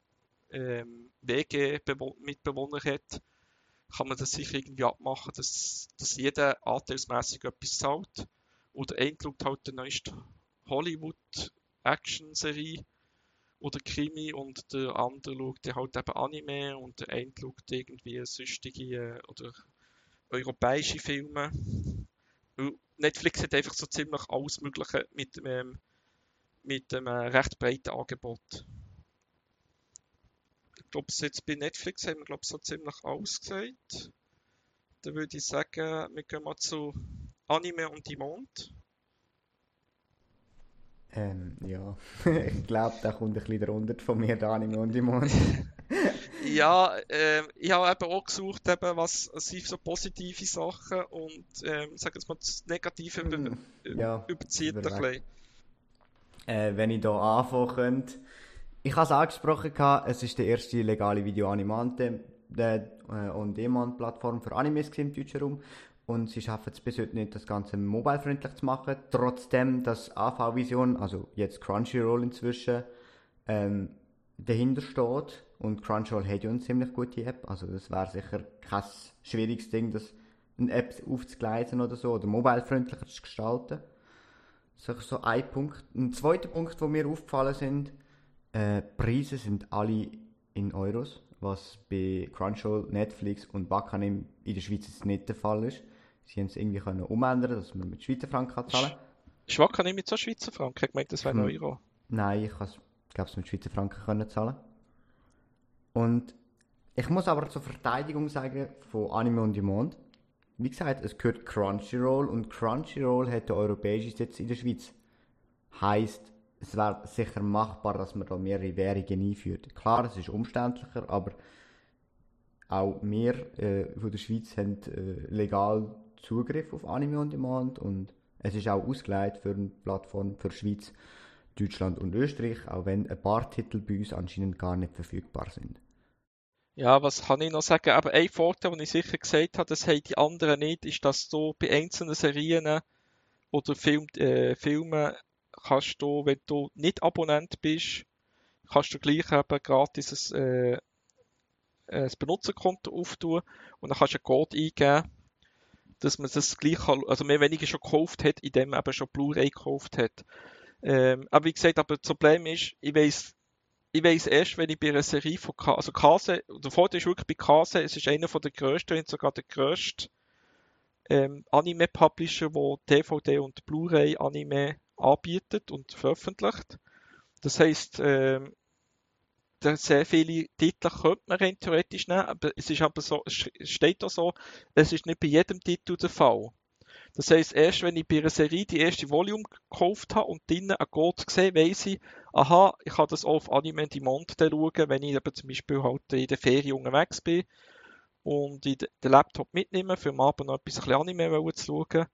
WG-Mitbewohner hat, kann man das sicher irgendwie abmachen, dass jeder anteilsmässig etwas zahlt. Oder einer schaut halt die neueste Hollywood-Action-Serie oder Krimi und der andere schaut dann halt eben Anime und der eine schaut irgendwie sonstige oder europäische Filme. Netflix hat einfach so ziemlich alles Mögliche mit einem recht breiten Angebot. Ich glaube, jetzt bei Netflix haben wir so ziemlich alles gesagt. Dann würde ich sagen, wir gehen mal zu Anime on Demand. Ja, ich glaube, da kommt ein bisschen drunter von mir, der Anime on Demand. Ja, ich habe eben auch gesucht, was sind so positive Sachen und sage jetzt mal, das Negative überzieht ein bisschen. Wenn ich hier anfangen könnte. Ich habe es angesprochen, es ist der erste legale Video-on-Demand-Plattform für Animes im deutschen Raum. Und sie schaffen es bis heute nicht, das Ganze mobile-freundlich zu machen. Trotzdem, dass AV-Vision, also jetzt Crunchyroll inzwischen, dahinter steht. Und Crunchyroll hat ja eine ziemlich gute App. Also das wäre sicher kein schwieriges Ding, eine App aufzugleisen oder so, oder mobile-freundlicher zu gestalten. Das ist so ein Punkt. Ein zweiter Punkt, der mir aufgefallen sind, Preise sind alle in Euros, was bei Crunchyroll, Netflix und Wakanim in der Schweiz jetzt nicht der Fall ist. Sie haben es irgendwie umändern, dass man mit Schweizer Franken zahlen kann. Ist Wakanim mit so Schweizer Franken? Ich meine, das wäre Euro. Nein, ich glaube es mit Schweizer Franken zahlen. Und ich muss aber zur Verteidigung sagen von Anime on Demand, wie gesagt, es gehört Crunchyroll und Crunchyroll hat den europäischen Sitz in der Schweiz. Heisst, es wäre sicher machbar, dass man da mehrere Währungen einführt. Klar, es ist umständlicher, aber auch wir von der Schweiz haben legal Zugriff auf Anime on Demand und es ist auch ausgelegt für eine Plattform für Schweiz, Deutschland und Österreich, auch wenn ein paar Titel bei uns anscheinend gar nicht verfügbar sind. Ja, was kann ich noch sagen? Aber ein Vorteil, den ich sicher gesagt habe, das haben die anderen nicht, ist, dass du bei einzelnen Serien oder Filmen kannst du, wenn du nicht Abonnent bist, kannst du gleich eben gratis ein Benutzerkonto auftun und dann kannst du einen Code eingeben, dass man das gleich kann, also mehr oder weniger schon gekauft hat, indem man eben schon Blu-ray gekauft hat. Aber wie gesagt, das Problem ist, ich weiss erst, wenn ich bei einer Serie von also Kase, der Vorteil ist wirklich bei Kase, es ist einer der grössten, wenn sogar der grösste Anime-Publisher, der DVD und Blu-ray Anime anbietet und veröffentlicht. Das heisst, sehr viele Titel könnte man rein theoretisch nehmen, aber es ist aber so, es steht auch so, es ist nicht bei jedem Titel der Fall. Das heisst, erst wenn ich bei einer Serie die erste Volume gekauft habe und drinnen einen Code sehe, weiss ich, aha, ich kann das auch auf Anime on Demand schauen, wenn ich eben zum Beispiel halt in der Ferien unterwegs bin und ich den Laptop mitnehme, für am Abend noch etwas Anime zu schauen,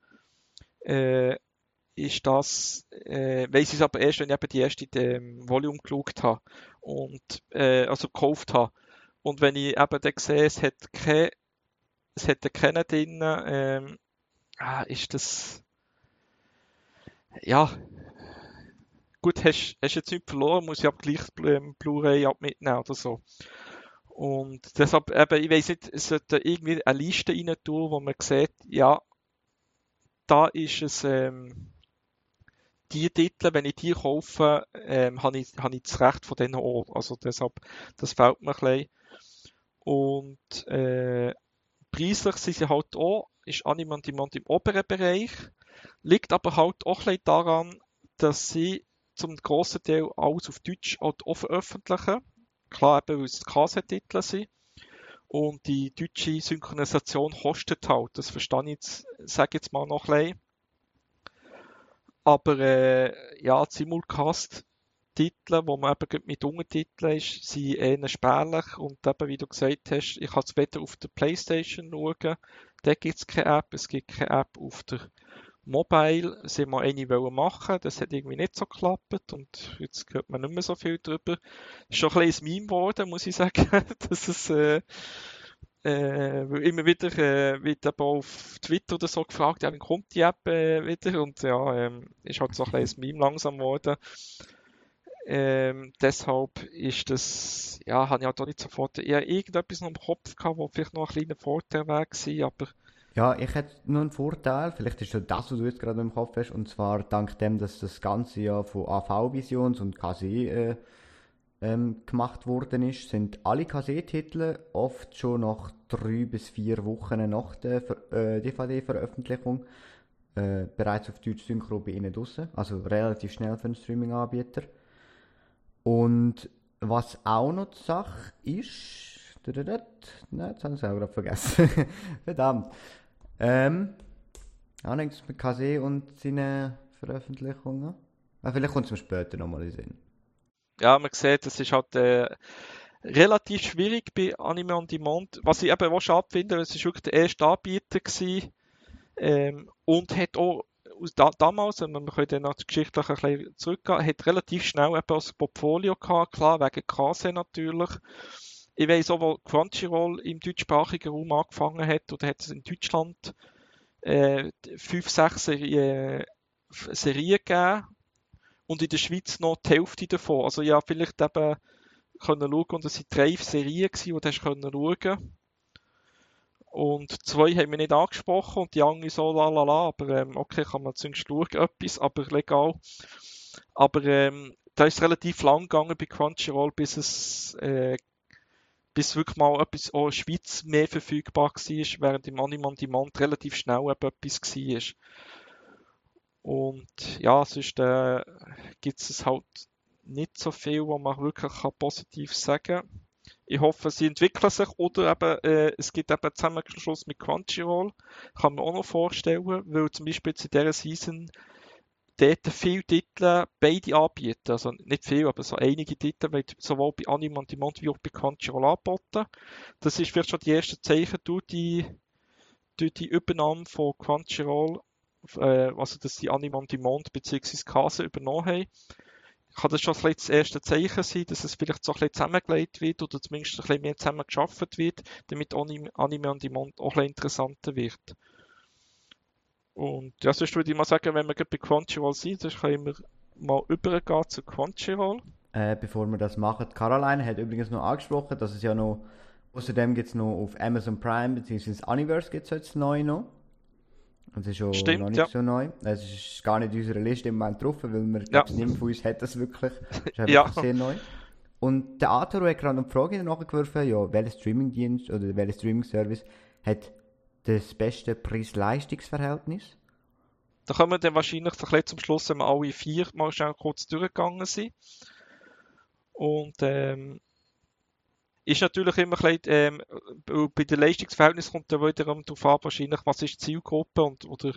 ist das, weiss ich es aber erst, wenn ich eben die erste Volume geschaut habe und also gekauft habe. Und wenn ich eben dann sehe, es hat keinen drin, ist das, ja, gut, hast jetzt nichts verloren, muss ich aber gleich Blu-ray mitnehmen oder so. Und deshalb, eben, ich weiss nicht, es sollte irgendwie eine Liste rein tun, wo man sieht, ja, da ist es, die Titel, wenn ich die kaufe, habe ich das Recht von denen auch. Also deshalb, das fehlt mir ein bisschen. Und preislich sind sie halt auch, ist Anime on Demand im oberen Bereich, liegt aber halt auch ein bisschen daran, dass sie zum grossen Teil alles auf Deutsch halt auch veröffentlichen. Klar, eben, weil es KZ-Titel sind. Und die deutsche Synchronisation kostet halt, das verstehe ich jetzt, sage jetzt mal noch ein bisschen. Aber ja, die Simulcast-Titel, wo man eben mit Untertiteln ist, sind eher spärlich. Und eben, wie du gesagt hast, ich kann es weder auf der Playstation schauen, da gibt es keine App, es gibt keine App auf der Mobile. Sie mal eine machen, das hat irgendwie nicht so geklappt und jetzt hört man nicht mehr so viel drüber. Ist schon ein bisschen ein Meme geworden, muss ich sagen, dass es weil immer wieder wird aber auf Twitter oder so gefragt, ja, wann kommt die App wieder? Und ja, ist halt so ein bisschen ein Meme langsam geworden. Deshalb ist das, ja, habe ich halt auch nicht sofort eher irgendetwas noch im Kopf gehabt, wo vielleicht noch ein kleiner Vorteil war, aber Ja, ich hätte noch einen Vorteil, vielleicht ist das, was du jetzt gerade im Kopf hast, und zwar dank dem, dass das Ganze ja von AV Visions und KC gemacht worden ist, sind alle KC-Titel oft schon nach 3 bis 4 Wochen nach der DVD-Veröffentlichung bereits auf Deutsch Synchro bei ihnen draussen, also relativ schnell für einen Streaming-Anbieter. Und was auch noch die Sache ist, nein, jetzt habe ich es auch gerade vergessen. Verdammt. Nichts mit KC und seinen Veröffentlichungen. Vielleicht kommt es mir später nochmal in den Sinn. Ja, man sieht, es ist halt relativ schwierig bei Anime on Demand. Was ich eben auch schade finde, es war wirklich der erste Anbieter gewesen, und hat auch damals, wir können dann noch geschichtlich ein bisschen zurückgehen, hat relativ schnell eben das Portfolio gehabt, klar, wegen KC natürlich. Ich weiss auch, wo Crunchyroll im deutschsprachigen Raum angefangen hat, oder hat es in Deutschland 5, 6 Serien gegeben und in der Schweiz noch die Hälfte davon. Also ja, vielleicht eben können schauen, und es waren 3 Serien gewesen, die du schauen konntest. Und 2 haben wir nicht angesprochen und die anderen so lalala, aber okay, kann man zumindest schauen, etwas, aber legal. Aber da ist es relativ lang gegangen bei Crunchyroll, bis wirklich mal etwas auch in der Schweiz mehr verfügbar war, während im Anime on Demand relativ schnell etwas war. Und ja, sonst gibt es halt nicht so viel, was man wirklich positiv sagen kann. Ich hoffe, sie entwickeln sich oder eben, es gibt eben Zusammenschluss mit Crunchyroll. Kann man auch noch vorstellen, weil zum Beispiel jetzt in dieser Season dort viele Titel beide anbieten. Also nicht viel, aber so einige Titel werden sowohl bei Anime on Demand wie auch bei Crunchyroll angeboten. Das ist vielleicht schon die ersten Zeichen durch die Übernahme von Crunchyroll, also dass die Anime on Demand bzw. KC übernommen haben. Kann das schon ein bisschen das erste Zeichen sein, dass es vielleicht so ein bisschen zusammengelegt wird oder zumindest ein bisschen mehr zusammen geschaffen wird, damit Anime on Demand auch ein bisschen interessanter wird. Und ja, sonst würde ich mal sagen, wenn wir bei Crunchyroll sind, dann können wir mal übergehen zu Crunchyroll. Bevor wir das machen, Caroline hat übrigens noch angesprochen, dass es ja noch, außerdem gibt es noch auf Amazon Prime bzw. Universe gibt es jetzt neu noch. Und das ist schon Stimmt, noch nicht so neu. Es ist gar nicht in unserer Liste im Moment drauf, weil wir, niemand von uns hat das wirklich. Das ist einfach sehr neu. Und der Arthur hat gerade noch die Frage nachgeworfen, ja, welcher Streamingdienst oder welcher Streaming-Service hat das beste Preis-Leistungs-Verhältnis? Da kommen wir dann wahrscheinlich so ein bisschen zum Schluss, wenn wir alle 4 mal schnell kurz durchgegangen sind. Und ist natürlich immer ein bisschen, bei den Leistungsverhältnissen kommt dann wiederum darauf an, wahrscheinlich, was ist die Zielgruppe oder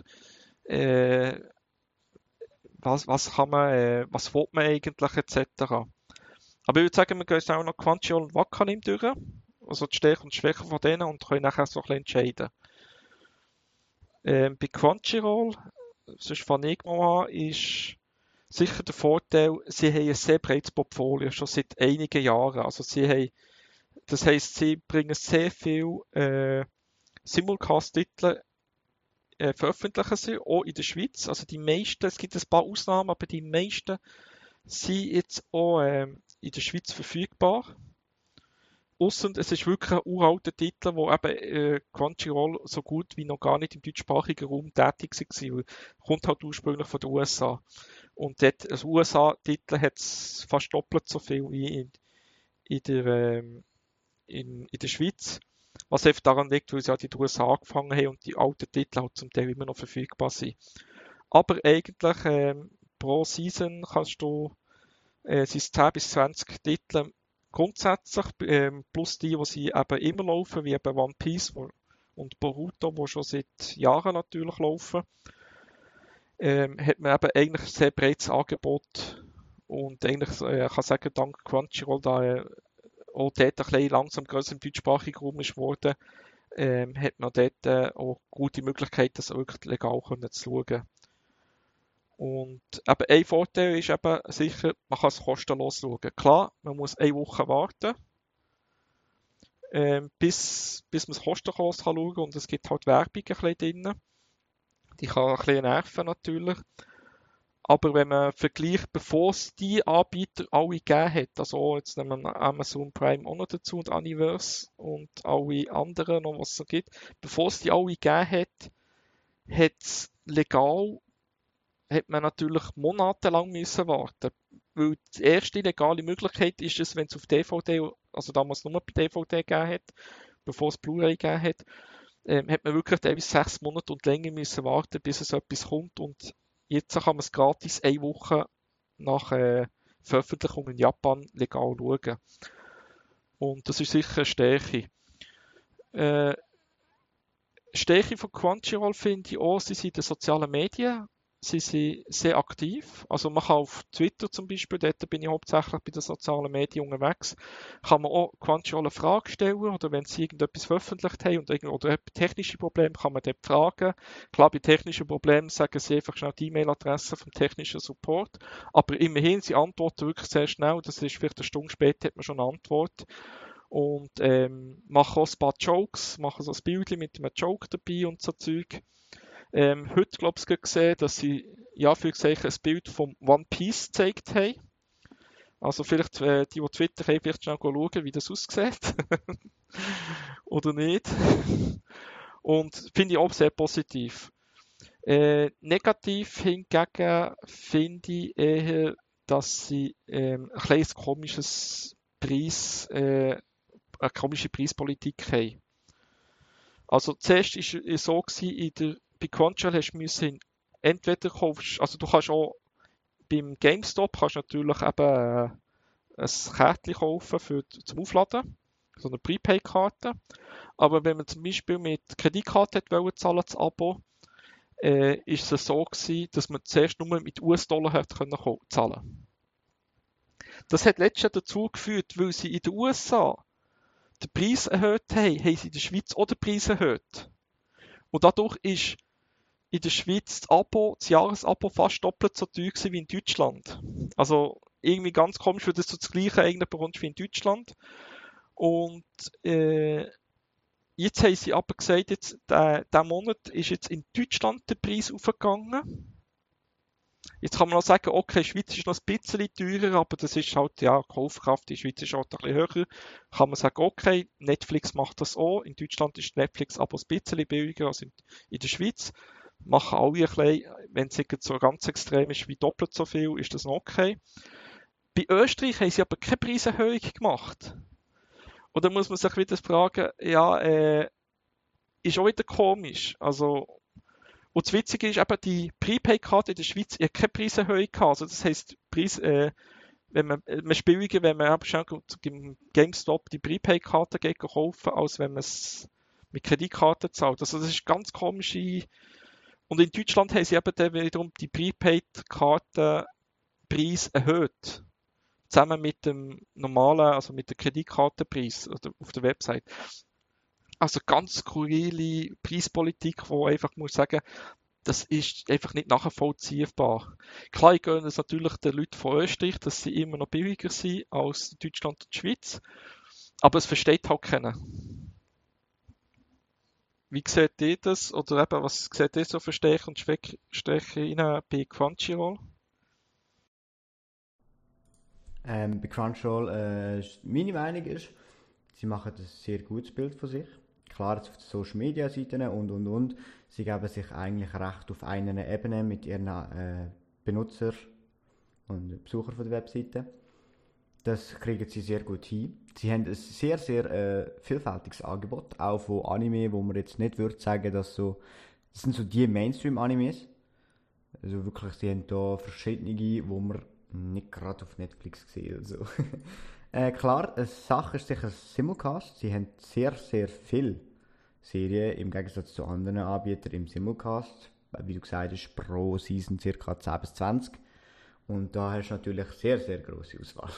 was kann man, was will man eigentlich etc. Aber ich würde sagen, wir gehen jetzt auch noch Crunchyroll und Wakanim durch, also die Stärken und Schwächen von denen und können nachher so ein bisschen entscheiden. Bei Crunchyroll, sonst fange ich mal an, ist sicher der Vorteil, sie haben ein sehr breites Portfolio, schon seit einigen Jahren. Also das heisst, sie bringen sehr viel Simulcast-Titel veröffentlichen sie, auch in der Schweiz. Also die meisten, es gibt ein paar Ausnahmen, aber die meisten sind jetzt auch in der Schweiz verfügbar. Ausser es ist wirklich ein uralter Titel, wo eben Crunchyroll so gut wie noch gar nicht im deutschsprachigen Raum tätig war. Kommt halt ursprünglich von den USA. Und dort, als USA-Titel hat es fast doppelt so viel wie in der Schweiz. Was einfach daran liegt, weil sie halt in den USA angefangen haben und die alten Titel halt zum Teil immer noch verfügbar sind. Aber eigentlich pro Season kannst du sind 10 bis 20 Titel grundsätzlich, plus die sie eben immer laufen, wie eben One Piece und Boruto, die schon seit Jahren natürlich laufen, hat man eben eigentlich ein sehr breites Angebot und eigentlich kann sagen, dank Crunchyroll da auch dort ein bisschen langsam grösser im deutschsprachigen Raum ist geworden, hat man dort auch gute Möglichkeit, das wirklich legal zu schauen. Und eben ein Vorteil ist eben sicher, man kann es kostenlos schauen. Klar, man muss 1 Woche warten, bis man es kostenlos kann schauen kann und es gibt halt Werbung ein bisschen drin. Die kann ein bisschen nerven natürlich. Aber wenn man vergleicht, bevor es die Anbieter alle gegeben hat, also jetzt nehmen wir Amazon Prime auch noch dazu und Universe und alle anderen noch, was es so gibt, bevor es die alle gegeben hat es legal, hat man natürlich monatelang müssen warten. Weil die erste legale Möglichkeit ist es, wenn es auf DVD, also damals nur bei DVD gegeben hat, bevor es Blu-ray gegeben hat, hat man wirklich teilweise 6 Monate und länger müssen warten, bis es etwas kommt und jetzt kann man es gratis 1 Woche nach Veröffentlichung in Japan legal schauen. Und das ist sicher eine Stärke. Stärke von Crunchyroll finde ich auch, sie sind in den sozialen Medien, sie sind sehr aktiv. Also man kann auf Twitter zum Beispiel, dort bin ich hauptsächlich bei den sozialen Medien unterwegs, kann man auch Crunchyroll eine Frage stellen oder wenn sie irgendetwas veröffentlicht haben oder technische Probleme, kann man dort fragen. Klar, bei technischen Problemen sagen sie einfach schnell die E-Mail-Adresse vom technischen Support, aber immerhin, sie antworten wirklich sehr schnell, das ist vielleicht eine Stunde später, hat man schon eine Antwort. Und machen auch ein paar Jokes, machen so ein Bild mit einem Joke dabei und so Zeug. Heute, glaube ich, gesehen, dass sie, ja, für ein Bild vom One Piece gezeigt haben. Also vielleicht, die Twitter haben, vielleicht schnell schauen, wie das aussieht. Oder nicht. Und finde ich auch sehr positiv. Negativ hingegen finde ich eher, dass sie ein kleines komisches eine komische Preispolitik haben. Also zuerst war es so gewesen, bei Crunchyroll hast du entweder kaufst, also du kannst auch beim GameStop kannst du natürlich eben ein Kärtchen kaufen zum Aufladen, so eine Prepaid-Karte. Aber wenn man zum Beispiel mit Kreditkarte zahlen, das Abo, ist es so gewesen, dass man zuerst nur mit US-Dollar hat zahlen. Das hat letztens dazu geführt, weil sie in den USA den Preis erhöht haben, haben sie in der Schweiz auch den Preis erhöht. Und dadurch ist in der Schweiz das Jahresabo fast doppelt so teuer gewesen wie in Deutschland. Also irgendwie ganz komisch, weil das so das gleiche eigentlich bekommst wie in Deutschland. Und jetzt haben sie aber gesagt, jetzt, der Monat ist jetzt in Deutschland der Preis aufgegangen. Jetzt kann man auch sagen, okay, die Schweiz ist noch ein bisschen teurer, aber das ist halt, ja, Kaufkraft, die Schweiz ist halt ein bisschen höher. Kann man sagen, okay, Netflix macht das auch. In Deutschland ist Netflix aber ein bisschen billiger als in der Schweiz. Machen alle ein bisschen, wenn es so ganz extrem ist wie doppelt so viel, ist das noch okay. Bei Österreich haben sie aber keine Preiserhöhung gemacht. Und dann muss man sich wieder fragen, ja, ist auch wieder komisch. Also, Und das Witzige ist eben, die Prepaid-Karte in der Schweiz hat keine Preiserhöhung gehabt. Also das heisst, wenn man ist billiger, wenn man schon im GameStop die Prepaid-Karte kaufen, als wenn man es mit Kreditkarte zahlt. Also das ist ganz komisch. Und in Deutschland haben sie eben dann wiederum die Prepaid-Kartenpreis erhöht. Zusammen mit dem normalen, also mit dem Kreditkartenpreis auf der Website. Also ganz skurrile Preispolitik, wo einfach muss sagen, das ist einfach nicht nachvollziehbar. Klar, ich gönne es natürlich den Leuten von Österreich, dass sie immer noch billiger sind als Deutschland und die Schweiz. Aber es versteht halt keiner. Wie seht ihr das? Oder eben, was seht ihr so für Stärken und Schwächen bei Crunchyroll? Bei Crunchyroll, meine Meinung ist, sie machen ein sehr gutes Bild von sich. Klar, jetzt auf den Social Media Seiten und. Sie geben sich eigentlich recht auf einer Ebene mit ihren Benutzer und Besucher von der Webseite. Das kriegen sie sehr gut hin. Sie haben ein sehr, sehr vielfältiges Angebot, auch von Anime, wo man jetzt nicht würde sagen, das sind so die Mainstream-Animes. Also wirklich, sie haben da verschiedene, wo man nicht gerade auf Netflix gesehen. Also. Klar, eine Sache ist sicher Simulcast. Sie haben sehr, sehr viele Serien im Gegensatz zu anderen Anbietern im Simulcast. Wie du gesagt hast, pro Season ca. 10 bis 20. Und da hast du natürlich sehr, sehr grosse Auswahl.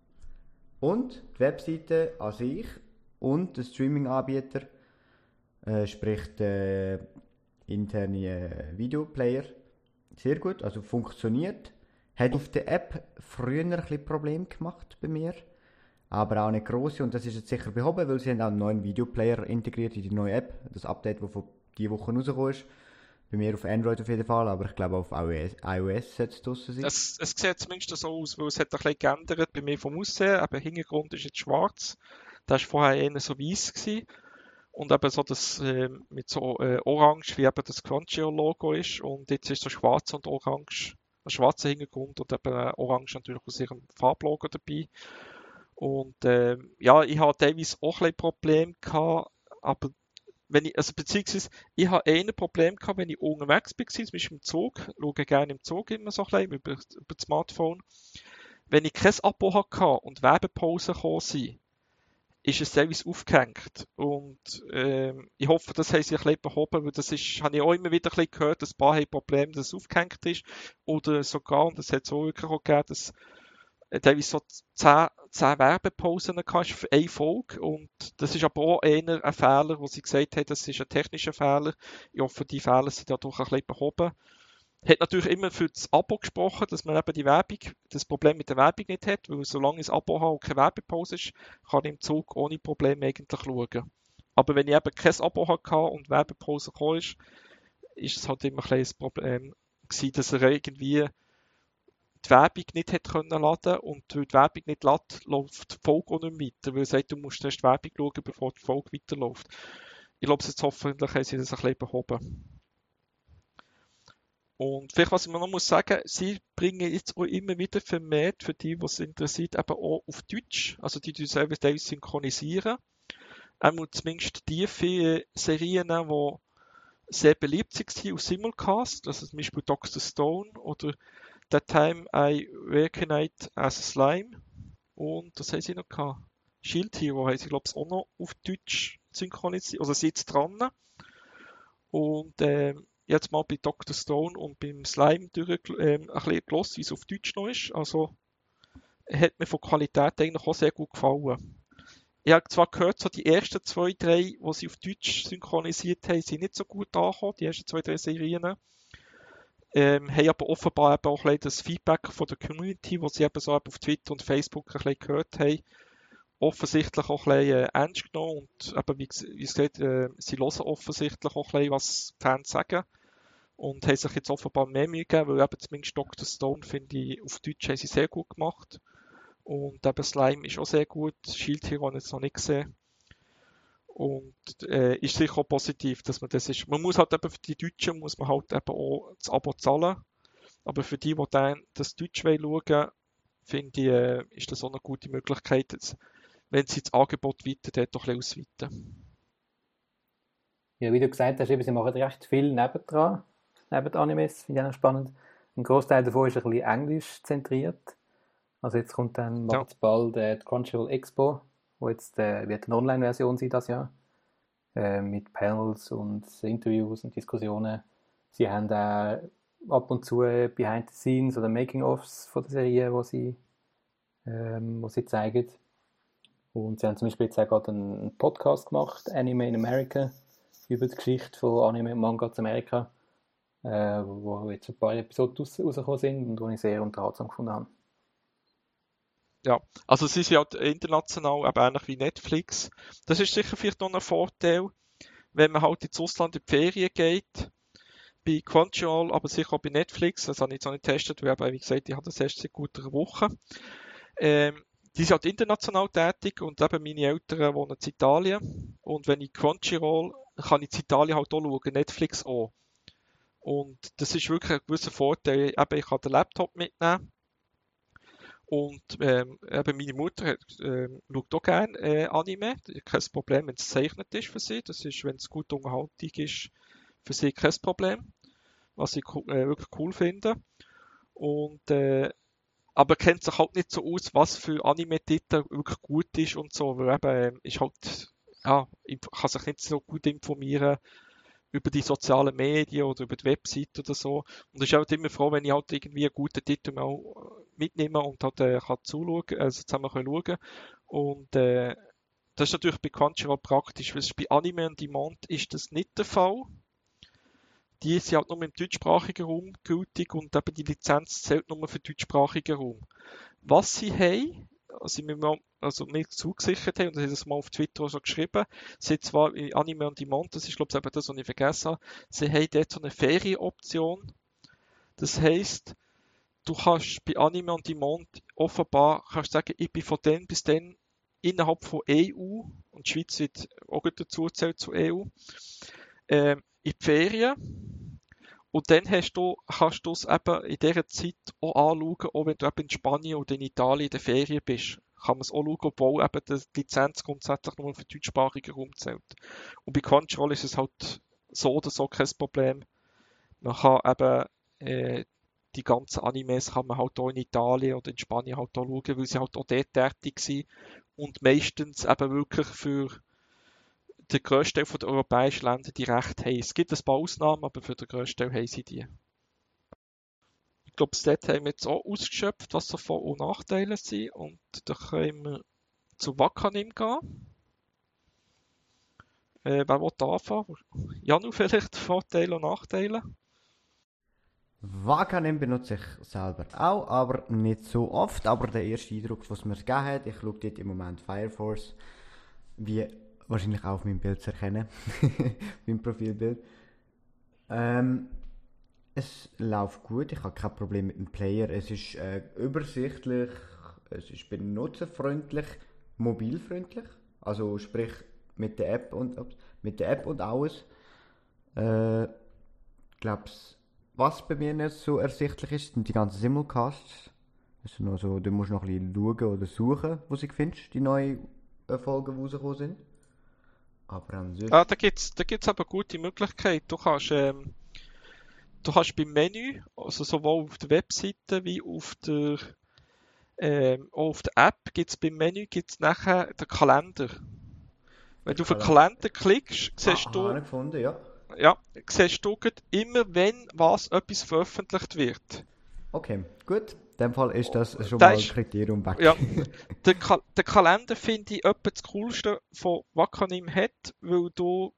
Und die Webseite an sich und der Streaming-Anbieter, sprich der interne Videoplayer, sehr gut, also funktioniert. Hat auf der App früher ein bisschen Probleme gemacht bei mir, aber auch nicht grosse, und das ist jetzt sicher behoben, weil sie haben auch einen neuen Videoplayer integriert in die neue App. Das Update, das von dieser Woche rausgekommen ist. Bei mir auf Android auf jeden Fall, aber ich glaube auf iOS sollte es draussen sein. Es sieht zumindest so aus, weil es hat ein bisschen geändert bei mir vom Aussehen. Aber der Hintergrund ist jetzt schwarz. Das war vorher eher so weiß gewesen. Und eben so das mit so orange, wie eben das Crunchyroll-Logo ist. Und jetzt ist so schwarz und orange, ein schwarzer Hintergrund und eben orange natürlich aus ihrem Farblogo dabei. Und ja, ich hatte teilweise auch ein bisschen Probleme gehabt, aber beziehungsweise, ich habe ein Problem gehabt, wenn ich unterwegs war, zum Beispiel im Zug, ich schaue gerne im Zug immer so ein bisschen über das Smartphone. Wenn ich kein Abo hatte und Werbepausen gekommen sind, ist es teilweise aufgehängt. Und ich hoffe, das haben sie ein bisschen behoben, weil das habe ich auch immer wieder ein bisschen gehört, dass ein paar haben Probleme, dass es aufgehängt ist. Oder sogar, und das hat es auch wirklich auch gegeben, dass teilweise so 10 Werbepausen hast für eine Folge. Und das ist aber auch eher ein Fehler, wo sie gesagt haben, das ist ein technischer Fehler. Ich hoffe, die Fehler sind dadurch ein bisschen behoben. Hat natürlich immer für das Abo gesprochen, dass man eben das Problem mit der Werbung nicht hat, weil solange ich das Abo habe und keine Werbepause ist, kann ich im Zug ohne Probleme eigentlich schauen. Aber wenn ich eben kein Abo hatte und Werbepause gekommen ist es halt immer ein bisschen ein Problem gewesen, dass er irgendwie die Werbung nicht hat können laden und weil die Werbung nicht lädt, läuft die Folge auch nicht weiter, weil er sagt, du musst erst die Werbung schauen, bevor die Folge weiterläuft. Ich glaube, jetzt hoffentlich haben sie das ein bisschen behoben. Und vielleicht, was ich mir noch muss sagen, sie bringen jetzt auch immer wieder vermehrt, für die, was es interessiert, eben auch auf Deutsch, also die selber teilweise synchronisieren. Einmal zumindest die vier Serien, die sehr beliebt waren auf Simulcast, also zum Beispiel Dr. Stone oder That Time I Reincarnate as a Slime. Und das haben sie noch gehabt. Shield Hero haben sie, glaube ich, auch noch auf Deutsch synchronisiert. Also sind jetzt dran. Und jetzt mal bei Dr. Stone und beim Slime ein bisschen gehört, wie es auf Deutsch noch ist. Also hat mir von Qualität eigentlich auch sehr gut gefallen. Ich habe zwar gehört, so die ersten 2, 3, die sie auf Deutsch synchronisiert haben, sind nicht so gut angekommen, die ersten 2, 3 Serien. Haben aber offenbar eben auch das Feedback von der Community, was sie eben so auf Twitter und Facebook ein bisschen gehört haben, offensichtlich auch ein bisschen ernst genommen und eben, wie gesagt, sie hören offensichtlich auch ein bisschen, was die Fans sagen und haben sich jetzt offenbar mehr Mühe gegeben, weil eben zumindest Dr. Stone, finde ich, auf Deutsch haben sie sehr gut gemacht und eben Slime ist auch sehr gut, Shield Hero habe ich jetzt noch nicht gesehen. Und ist sicher auch positiv, dass man das ist. Man muss halt eben für die Deutschen muss man halt eben auch das Abo zahlen. Aber für die dann das Deutsch schauen wollen, finde ich, ist das auch eine gute Möglichkeit, jetzt, wenn sie das Angebot weiter dort doch ein bisschen ausweiten. Ja, wie du gesagt hast, eben, sie machen recht viel nebendran. neben Animes, finde ich auch noch spannend. Ein Großteil davon ist ein bisschen englisch zentriert. Also jetzt kommt dann, Ja. macht jetzt bald die Crunchyroll Expo, wo jetzt wird eine Online-Version sein das Jahr, mit Panels und Interviews und Diskussionen. Sie haben auch ab und zu Behind the Scenes oder Making-ofs von der Serie, wo sie zeigen. Und sie haben zum Beispiel jetzt auch gerade einen Podcast gemacht, Anime in America, über die Geschichte von Anime und Manga zu Amerika, wo jetzt ein paar Episoden rausgekommen sind und die ich sehr unterhaltsam gefunden habe. Ja, also sie sind halt international, aber ähnlich wie Netflix. Das ist sicher vielleicht noch ein Vorteil, wenn man halt ins Ausland in die Ferien geht. Bei Crunchyroll, aber sicher auch bei Netflix. Das habe ich jetzt noch nicht getestet, weil, wie gesagt, ich habe das erst seit gut einer Woche. Die sind halt international tätig und eben meine Eltern wohnen in Italien. Und wenn ich Crunchyroll, kann ich in Italien halt auch schauen, Netflix auch. Und das ist wirklich ein gewisser Vorteil. Eben, ich kann den Laptop mitnehmen. Und eben meine Mutter schaut auch gerne Anime. Kein Problem, wenn es gezeichnet ist für sie. Das ist, wenn es gut Unterhaltung ist, für sie kein Problem. Was ich wirklich cool finde. Und aber kennt sich halt nicht so aus, was für Anime-Titel wirklich gut ist und so. Weil eben ist halt, ja, kann sich nicht so gut informieren über die sozialen Medien oder über die Website oder so. Und ich bin halt immer froh, wenn ich halt irgendwie einen guten Titel mal mitnehme und halt kann zuschauen, also zusammen können schauen. Und das ist natürlich bei Crunchyroll praktisch, weil bei Anime on Demand ist das nicht der Fall. Die sind halt nur im deutschsprachigen Raum gültig und eben die Lizenz zählt nur für den deutschsprachigen Raum. Was sie haben, also mir zugesichert haben, und das haben sie mal auf Twitter auch so geschrieben, sie haben zwar in Anime on Demand, das ist glaube ich eben das, was ich vergessen habe, sie haben dort so eine Ferienoption. Das heisst, du kannst bei Anime on Demand offenbar kannst sagen, ich bin von dann bis dann innerhalb von EU, und die Schweiz wird auch gut dazu zählt zur EU, in die Ferien. Und dann kannst du es eben in dieser Zeit auch anschauen, auch wenn du eben in Spanien oder in Italien in der Ferien bist. Kann man es auch schauen, obwohl eben die Lizenz grundsätzlich nur für den deutschsprachigen Raum zählt. Und bei Crunchyroll ist es halt so oder so kein Problem. Man kann eben die ganzen Animes kann man halt auch in Italien oder in Spanien halt auch schauen, weil sie halt auch dort tätig sind und meistens eben wirklich für der grösste Teil der europäischen Länder die Rechte haben. Es gibt ein paar Ausnahmen, aber für den grössten Teil haben sie die. Ich glaube, dort haben wir jetzt auch ausgeschöpft, was so Vor- und Nachteile sind. Und da können wir zu Wakanim gehen. Wer will da anfangen? Janu vielleicht, Vorteile und Nachteile? Wakanim benutze ich selber auch, aber nicht so oft. Aber der erste Eindruck, was mir gegeben hat, ich schaue dort im Moment Fire Force, wie wahrscheinlich auch auf meinem Bild zu erkennen, meinem Profilbild. Es läuft gut, ich habe kein Problem mit dem Player. Es ist übersichtlich, es ist benutzerfreundlich, mobilfreundlich. Also sprich mit der App und alles. Glaub's, was bei mir nicht so ersichtlich ist, sind die ganzen Simulcasts. Also noch so, du musst noch ein bisschen schauen oder suchen, wo du findest, die neuen Folgen, die rausgekommen sind. Aber an sich... Da gibt's aber gute Möglichkeiten. Du kannst beim Menü, also sowohl auf der Webseite wie auch auf der App, gibt's beim Menü gibt's nachher den Kalender. Wenn du auf den Kalender klickst, siehst du, gefunden, ja. ja, siehst du immer, wenn etwas veröffentlicht wird. Okay, gut. In dem Fall ist das schon Da mal ein ist- Kriterium weg. Ja, der Kalender finde ich etwa das Coolste von Wakanim hat, weil du,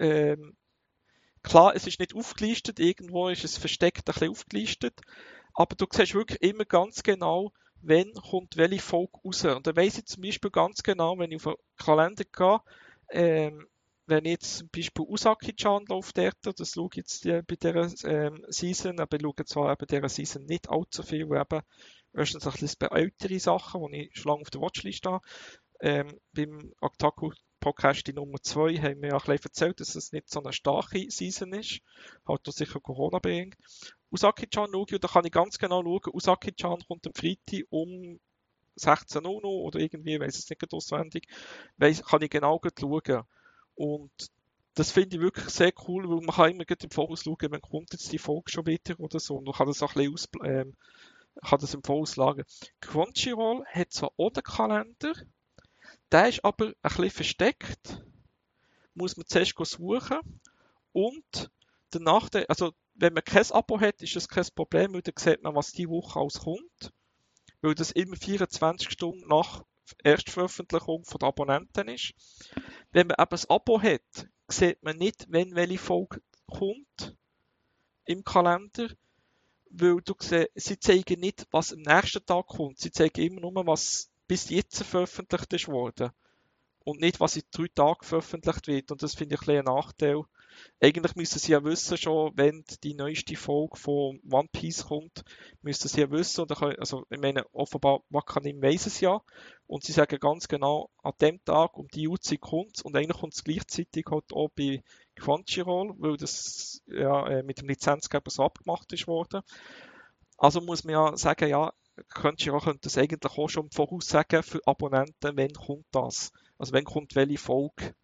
klar, es ist nicht aufgelistet, irgendwo ist es versteckt ein bisschen aufgelistet, aber du siehst wirklich immer ganz genau, wann kommt welche Folge raus. Und dann weiss ich zum Beispiel ganz genau, wenn ich auf den Kalender gehe, wenn jetzt zum Beispiel Usaki-chan läuft dort, das schaue ich jetzt bei dieser Season, aber ich schaue zwar eben dieser Season nicht allzu viel, weil eben erstens ein bisschen bei ältere Sachen, die ich schon lange auf der Watchlist habe. Beim Otaku Podcast die Nummer 2 haben wir ja ein bisschen erzählt, dass es nicht so eine starke Season ist. Halt auch sicher Corona bedingt. Usaki-chan schaue ich und da kann ich ganz genau schauen, Usaki-chan kommt am Freitag um 16 Uhr noch oder irgendwie, ich weiss es nicht auswendig, kann ich genau schauen. Und das finde ich wirklich sehr cool, weil man kann immer im Voraus schauen, wenn kommt jetzt die Folge schon wieder oder so. Und man kann das auch ein bisschen kann das im Voraus lagern. Crunchyroll hat zwar auch den Kalender, der ist aber ein bisschen versteckt. Muss man zuerst suchen. Und der Nachteil, also wenn man kein Abo hat, ist das kein Problem, weil dann sieht man, was die Woche auskommt. Weil das immer 24 Stunden nach Erstveröffentlichung der Abonnenten ist. Wenn man aber ein Abo hat, sieht man nicht, wenn welche Folge kommt im Kalender, weil sie zeigen nicht, was am nächsten Tag kommt. Sie zeigen immer nur, was bis jetzt veröffentlicht ist worden. Und nicht, was in 3 Tagen veröffentlicht wird. Und das finde ich ein bisschen ein Nachteil. Eigentlich müssen sie ja wissen schon, wenn die neueste Folge von One Piece kommt, müssen sie ja wissen. Und also, ich meine, offenbar, Wakanim weiss es ja. Und sie sagen ganz genau, an dem Tag um die Uhrzeit kommt es. Und eigentlich kommt es gleichzeitig halt auch bei Crunchyroll, weil das ja mit dem Lizenzgeber so abgemacht ist worden. Also muss man ja sagen, ja, Crunchyroll könnte das eigentlich auch schon im Voraus sagen für Abonnenten, wenn kommt das. Also wenn kommt welche Folge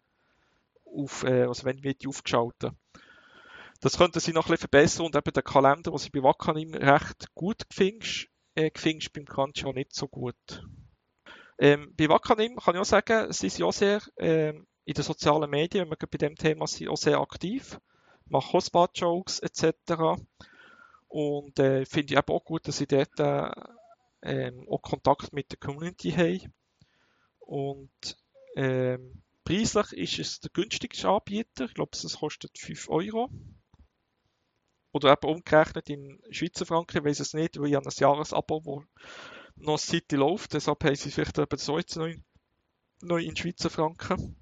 also wenn wird die aufgeschaltet. Das könnten sie noch ein bisschen verbessern und eben den Kalender, was ich bei Wakanim recht gut findest beim Crunchyroll nicht so gut. Bei Wakanim kann ich auch sagen, sie sind auch sehr in den sozialen Medien, wenn wir bei dem Thema sind, auch sehr aktiv, machen auch Spot-Jokes etc. Und finde ich eben auch gut, dass sie dort auch Kontakt mit der Community haben. Und preislich ist es der günstigste Anbieter. Ich glaube, es kostet 5 €. Oder eben umgerechnet in Schweizer Franken, ich weiß es nicht, weil ich habe ein Jahresabo, wo noch eine Zeit läuft. Deshalb haben sie vielleicht eben so jetzt neu in Schweizer Franken.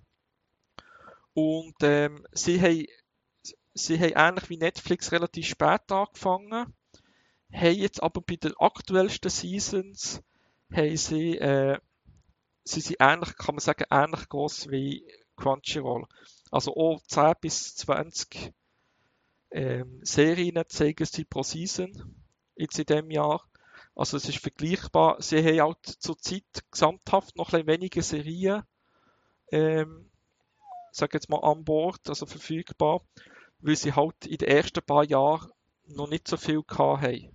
Und sie haben ähnlich wie Netflix relativ spät angefangen, haben jetzt aber bei den aktuellsten Seasons haben sie sind ähnlich, kann man sagen, ähnlich groß wie Crunchyroll. Also auch 10 bis 20 Serien zeigen sie pro Season jetzt in diesem Jahr. Also es ist vergleichbar. Sie haben halt zurzeit gesamthaft noch ein bisschen weniger Serien, sag jetzt mal an Bord, also verfügbar, weil sie halt in den ersten paar Jahren noch nicht so viel gehabt haben.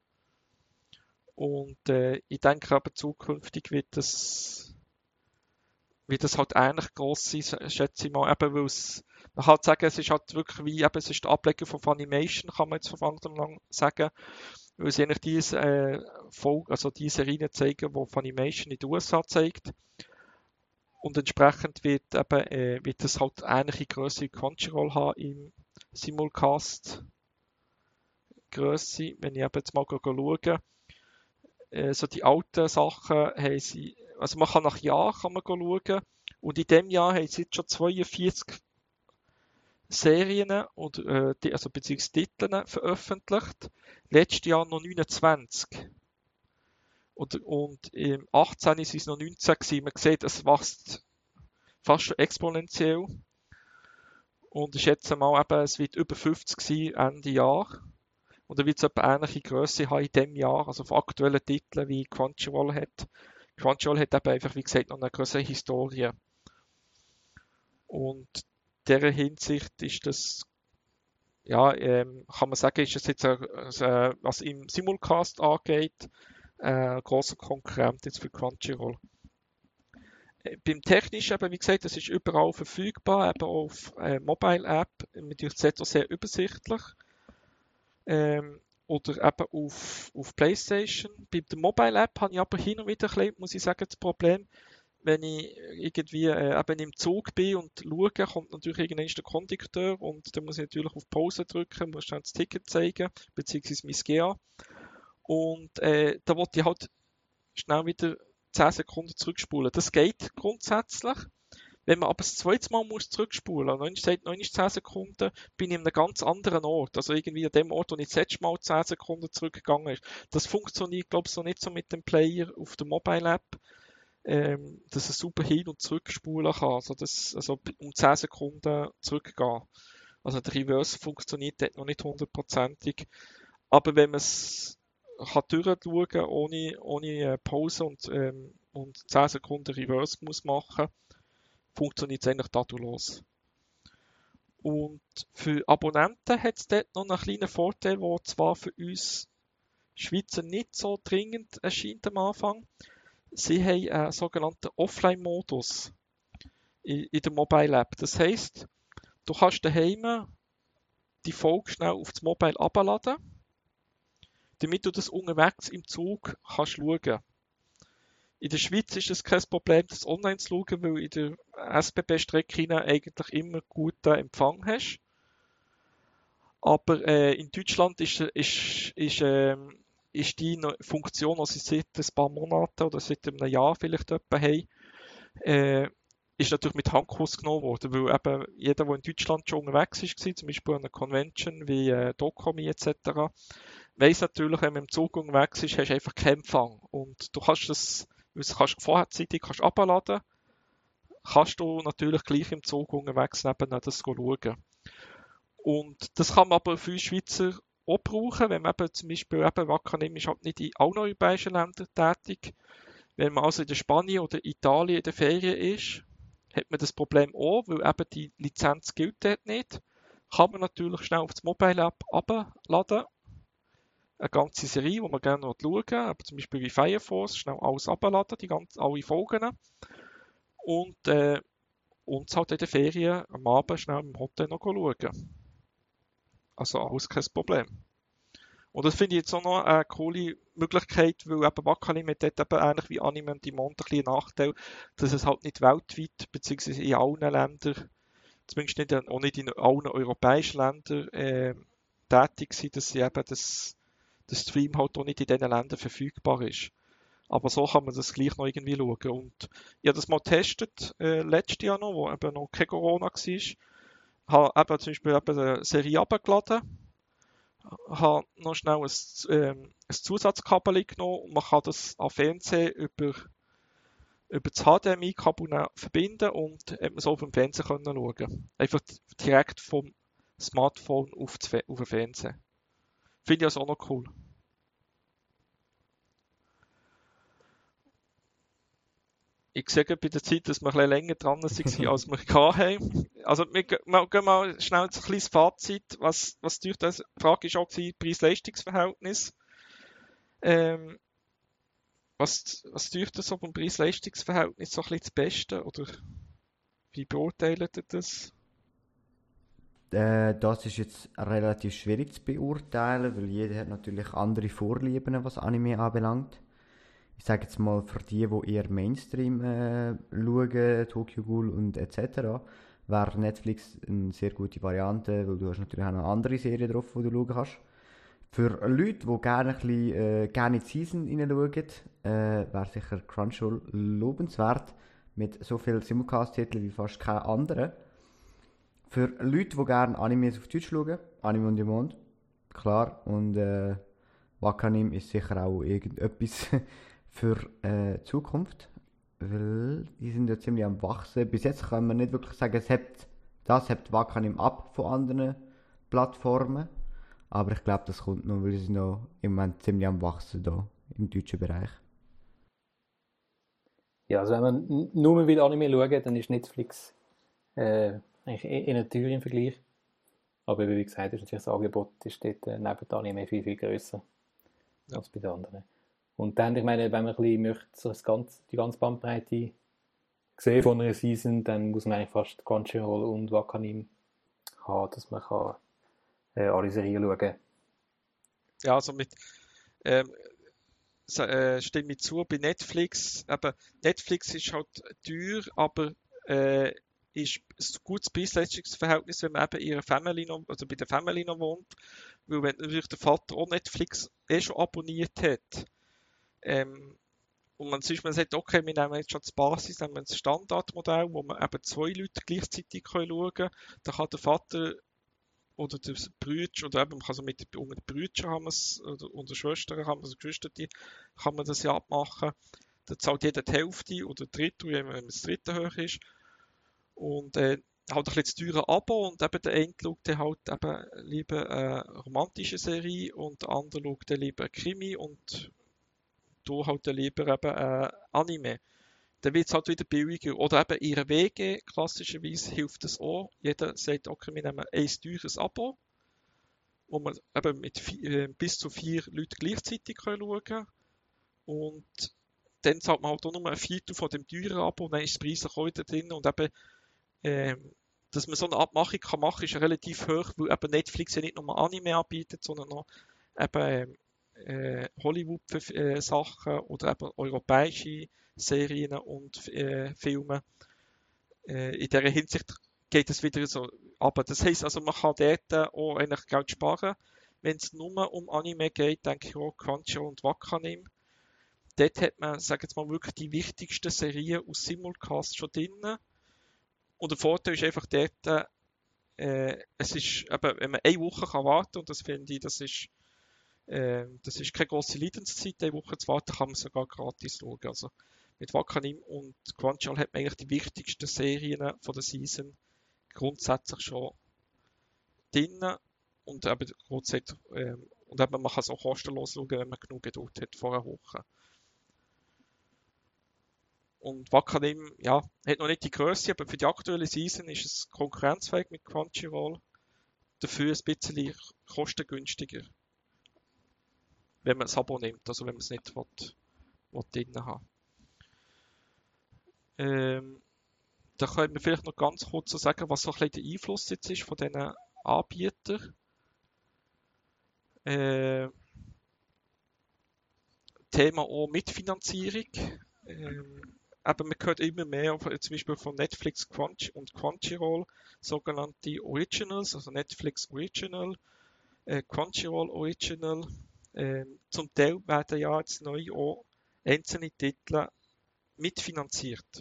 Und ich denke aber zukünftig wird das halt ähnlich gross sein, schätze ich mal, eben weil man kann sagen, es ist halt wirklich wie, eben, es ist der Ableger von Funimation, kann man jetzt von Anfang an sagen, weil sie eigentlich diese die Serien zeigen, die Funimation in den USA zeigt. Und entsprechend wird es halt ähnliche Größe wie Crunchyroll haben im Simulcast Größe, wenn ich eben jetzt mal schaue. So die alten Sachen haben sie, also man kann nach Jahr schauen und in dem Jahr haben sie jetzt schon 42 Serien also beziehungsweise Titel veröffentlicht. Letztes Jahr noch 29. Und im 18 sind es noch 19 gewesen. Man sieht, es wächst fast schon exponentiell. Und ich schätze mal, eben, es wird über 50 sein Ende Jahr. Und dann wird es etwa ähnliche Größe haben in diesem Jahr, also von aktuellen Titeln wie Crunchyroll hat. Crunchyroll hat eben einfach, wie gesagt, noch eine größere Historie. Und in dieser Hinsicht ist das, ja, kann man sagen, ist es jetzt, was im Simulcast angeht, ein grosser Konkurrent jetzt für Crunchyroll. Beim Technischen, eben, wie gesagt, das ist überall verfügbar, eben auf Mobile App, mit dem auch sehr übersichtlich. Oder eben auf PlayStation. Bei der Mobile App habe ich aber hin und wieder ein bisschen, muss ich sagen, das Problem, wenn ich irgendwie eben im Zug bin und schaue, kommt natürlich irgendwann der Kondukteur und dann muss ich natürlich auf Pause drücken, muss dann das Ticket zeigen, beziehungsweise mein GA. Und da wollte ich halt schnell wieder 10 Sekunden zurückspulen. Das geht grundsätzlich. Wenn man aber das zweite Mal muss zurückspulen, und dann sagt 10 Sekunden, bin ich an einem ganz anderen Ort. Also irgendwie an dem Ort, wo ich das letzte Mal 10 Sekunden zurückgegangen ist. Das funktioniert, glaube ich, noch nicht so mit dem Player auf der Mobile App, dass es super hin- und zurückspulen kann. Also um 10 Sekunden zurückgehen. Also der Reverse funktioniert dort noch nicht 100%ig. Aber wenn man es kann durchschauen, ohne Pause und 10 Sekunden Reverse muss machen, funktioniert es eigentlich tadellos. Und für Abonnenten hat es dort noch einen kleinen Vorteil, der zwar für uns Schweizer nicht so dringend erscheint am Anfang. Sie haben einen sogenannten Offline-Modus in der Mobile App. Das heisst, du kannst daheim die Folge schnell auf das Mobile abladen, damit du das unterwegs im Zug kannst schauen. In der Schweiz ist es kein Problem, das online zu schauen, weil in der SBB-Strecke eigentlich immer guten Empfang hast. Aber in Deutschland ist die Funktion, die sie seit ein paar Monaten oder seit einem Jahr vielleicht etwa haben, ist natürlich mit Handkuss genommen worden, weil eben jeder, der in Deutschland schon unterwegs war, zum Beispiel an einer Convention wie Docomi etc., weiss natürlich, wenn man im Zug unterwegs ist, hast du einfach keinen Empfang. Und du kannst das vorherzeitig abladen, kannst du natürlich gleich im Zug unterwegs nebenan das schauen. Und das kann man aber für uns Schweizer auch brauchen, wenn man eben zum Beispiel Wakanim ist halt nicht in allen europäischen Ländern tätig. Wenn man also in der Spanien oder Italien in der Ferien ist, hat man das Problem auch, weil eben die Lizenz gilt dort nicht. Kann man natürlich schnell auf das Mobile App abladen. Eine ganze Serie, die man gerne noch schauen will, aber zum Beispiel wie Fire Force, schnell alles abladen, alle Folgen. Und uns halt in der Ferien am Abend schnell im Hotel noch schauen. Also alles kein Problem. Und das finde ich jetzt auch noch eine coole Möglichkeit, weil eben Wakanim hat dort eben ähnlich wie Anime on Demand ein bisschen Nachteil, dass es halt nicht weltweit, beziehungsweise in allen Ländern, zumindest nicht, auch nicht in allen europäischen Ländern tätig sind, dass sie eben das Stream halt auch nicht in diesen Ländern verfügbar ist. Aber so kann man das gleich noch irgendwie schauen. Und ich habe das mal getestet, letztes Jahr noch, wo eben noch kein Corona war. Habe eben zum Beispiel eine Serie abgeladen, habe noch schnell ein Zusatzkabel genommen und man kann das am Fernsehen über das HDMI-Kabel verbinden und hat man so auf dem Fernsehen schauen. Einfach direkt vom Smartphone auf den Fernseher. Finde ich also auch noch cool. Ich sehe bei der Zeit, dass wir ein bisschen länger dran waren, als wir hatten. Also, wir gehen mal schnell ein kleines Fazit. Was durch das, die Frage war auch, Preis-Leistungs-Verhältnis. Was durch das so beim Preis-Leistungs-Verhältnis so ein bisschen das Beste? Oder wie beurteilt ihr das? Das ist jetzt relativ schwierig zu beurteilen, weil jeder hat natürlich andere Vorlieben, was Anime anbelangt. Ich sage jetzt mal, für die eher Mainstream schauen, Tokyo Ghoul und etc., wäre Netflix eine sehr gute Variante, weil du hast natürlich auch noch andere Serien drauf, die du schauen kannst. Für Leute, die gerne ein bisschen, gerne in die Season hineinschauen, wäre sicher Crunchyroll lobenswert, mit so vielen Simulcast-Titeln wie fast kein anderer. Für Leute, die gerne Animes auf Deutsch schauen, Anime on Demand, klar, und Wakanim ist sicher auch irgendetwas für Zukunft, weil die sind ja ziemlich am Wachsen. Bis jetzt kann man nicht wirklich sagen, das hebt Wakanim ab von anderen Plattformen, aber ich glaube, das kommt noch, weil sie sind noch im Moment ziemlich am Wachsen da im deutschen Bereich. Ja, also wenn man nur will Anime schauen, dann ist Netflix eigentlich eher teuer im Vergleich. Aber wie gesagt, ist natürlich das Angebot ist dort neben Anime viel, viel grösser als bei den anderen. Und dann, ich meine, wenn man ein bisschen möchte, so die ganze Bandbreite sehen von einer Season, dann muss man eigentlich fast Crunchyroll und Wakanim haben, dass man kann, alle Serien schauen kann. Ja, also stimme ich zu, bei Netflix, eben, Netflix ist halt teuer, aber ist ein gutes Preis-Leistungs-Verhältnis, wenn man eben ihre Family noch, also bei der Family noch wohnt, weil wenn natürlich der Vater auch Netflix schon abonniert hat, und man sagt, okay, wir nehmen jetzt schon die Basis, nehmen wir ein Standardmodell, wo man eben 2 Leute gleichzeitig schauen kann, dann kann der Vater oder der Brüder, oder eben, man kann so mit den Brüdern haben oder Schwestern haben, also Geschwister, kann man das ja abmachen. Dann zahlt jeder die Hälfte oder Drittel, wenn das Dritte hoch ist. Und halt ein bisschen zu teure Abo und eben der eine schaut dann halt eben lieber eine romantische Serie und der andere schaut dann lieber ein Krimi und du halt dann lieber eben Anime. dann wird es halt wieder billiger. Oder eben ihre WG, klassischerweise hilft das auch. Jeder sagt, okay, wir nehmen ein teures Abo, wo man eben mit bis zu 4 Leuten gleichzeitig schauen kann. Und dann zahlt man halt auch nur ein Viertel von dem teuren Abo und dann ist das Preis auch wieder drin. Und eben, dass man so eine Abmachung kann machen, ist relativ hoch, weil eben Netflix ja nicht nur Anime anbietet, sondern auch eben Hollywood-Sachen oder eben europäische Serien und Filme. In dieser Hinsicht geht es wieder so. Aber das heisst, also man kann dort auch eigentlich Geld sparen. Wenn es nur um Anime geht, denke ich auch Crunchyroll und Wakanim. Dort hat man, sagen wir mal, wirklich die wichtigsten Serien aus Simulcast schon drin. Und der Vorteil ist einfach dort, es ist eben, wenn man eine Woche kann warten, und das finde ich, das ist keine grosse Leidenszeit, eine Woche zu warten, kann man sogar gratis schauen. Also mit Wakanim und Crunchyroll hat man eigentlich die wichtigsten Serien von der Season grundsätzlich schon drin. Und eben grundsätzlich, und eben man kann es auch kostenlos schauen, wenn man genug Geduld hat vor einer Woche. Und Wakanim, ja, hat noch nicht die Größe, aber für die aktuelle Season ist es konkurrenzfähig mit Crunchyroll. Dafür ein bisschen kostengünstiger. Wenn man das Abo nimmt, also wenn man es nicht drin haben. Da können wir vielleicht noch ganz kurz so sagen, was so ein bisschen der Einfluss jetzt ist von diesen Anbietern. Thema auch Mitfinanzierung. Aber man hört immer mehr, zum Beispiel von Netflix und Crunchyroll, sogenannte Originals, also Netflix Original, Crunchyroll Original. Zum Teil werden ja jetzt neu auch einzelne Titel mitfinanziert.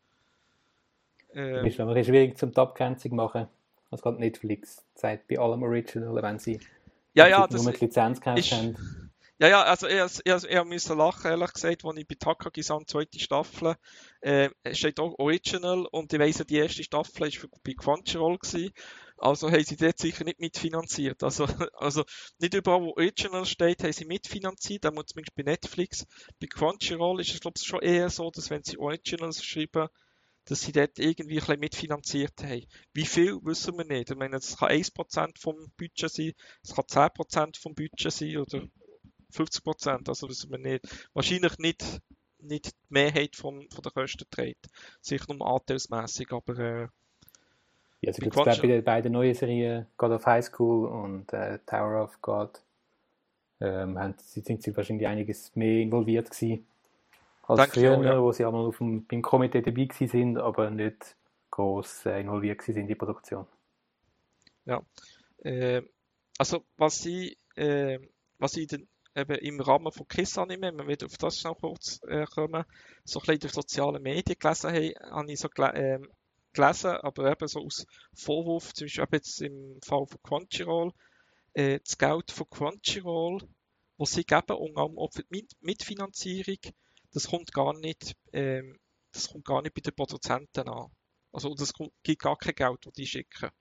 Ist aber schwierig zum die Abgrenzung machen. Also gerade Netflix zeigt bei allem Original, wenn sie ja, nur mit Lizenz gekauft haben. Ja, also ich musste lachen, ehrlich gesagt, als ich bei Takagi-san zweite Staffel, steht auch Original und ich weiss ja, die erste Staffel war bei Crunchyroll gewesen, also haben sie dort sicher nicht mitfinanziert. Also nicht überall, wo Original steht, haben sie mitfinanziert, auch zumindest bei Netflix. Bei Crunchyroll ist es, glaube ich, schon eher so, dass wenn sie Originals schreiben, dass sie dort irgendwie ein bisschen mitfinanziert haben. Wie viel, wissen wir nicht. Ich meine, es kann 1% vom Budget sein, es kann 10% vom Budget sein oder 50%, also wissen wir nicht. Wahrscheinlich nicht die Mehrheit von der Kosten trägt. Sicher nur anteilsmässig, aber ja, also bei den beiden neuen Serien, God of High School und Tower of God, sind sie wahrscheinlich einiges mehr involviert gewesen als früher, auch, ja. Wo sie einmal beim Komitee dabei sind, aber nicht gross involviert sind in die Produktion. Ja, also was ich eben im Rahmen von KISS-Anime, wenn wir auf das noch kurz kommen, so ein bisschen durch soziale Medien gelesen habe ich so gelesen, aber eben so aus Vorwurf, zum Beispiel jetzt im Fall von Crunchyroll, das Geld von Crunchyroll, das sie geben, und auch für die Mitfinanzierung, das kommt gar nicht bei den Produzenten an. Also das gibt gar kein Geld, das die schicken.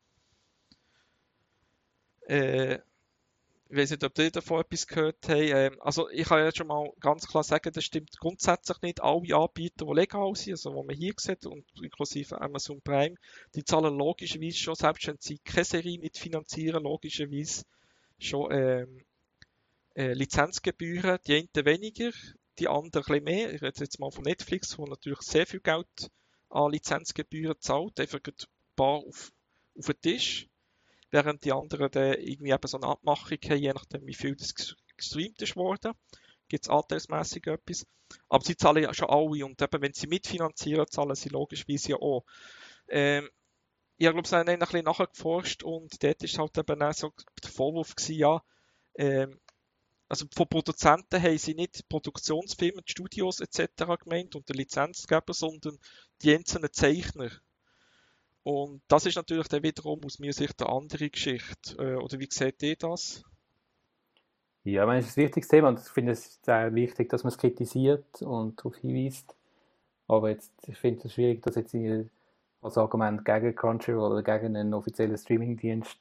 Ich weiß nicht, ob ihr davon etwas gehört habt. Also ich kann ja schon mal ganz klar sagen, das stimmt grundsätzlich nicht. Alle Anbieter, die legal sind, also die man hier sieht, und inklusive Amazon Prime, die zahlen logischerweise schon, selbst wenn sie keine Serie mitfinanzieren, logischerweise schon Lizenzgebühren. Die einen weniger, die anderen ein bisschen mehr. Ich rede jetzt mal von Netflix, wo natürlich sehr viel Geld an Lizenzgebühren zahlt, einfach ein paar auf den Tisch. Während die anderen dann irgendwie eben so eine Abmachung haben, je nachdem wie viel das gestreamt ist worden, gibt es anteilsmässig etwas. Aber sie zahlen ja schon alle, und eben, wenn sie mitfinanzieren, zahlen sie logischerweise ja auch. Ich habe, glaube ich, ein bisschen nachgeforscht, und dort war halt eben auch so der Vorwurf gewesen, ja, also von Produzenten haben sie nicht Produktionsfirmen, die Studios etc. gemeint und der Lizenzgeber, sondern die einzelnen Zeichner. Und das ist natürlich dann wiederum aus meiner Sicht eine andere Geschichte. Oder wie seht ihr das? Ja, ich meine, es ist ein wichtiges Thema, und ich finde es ist auch wichtig, dass man es kritisiert und darauf hinweist. Aber jetzt, ich finde es schwierig, das jetzt als Argument gegen Crunchyroll oder gegen einen offiziellen Streamingdienst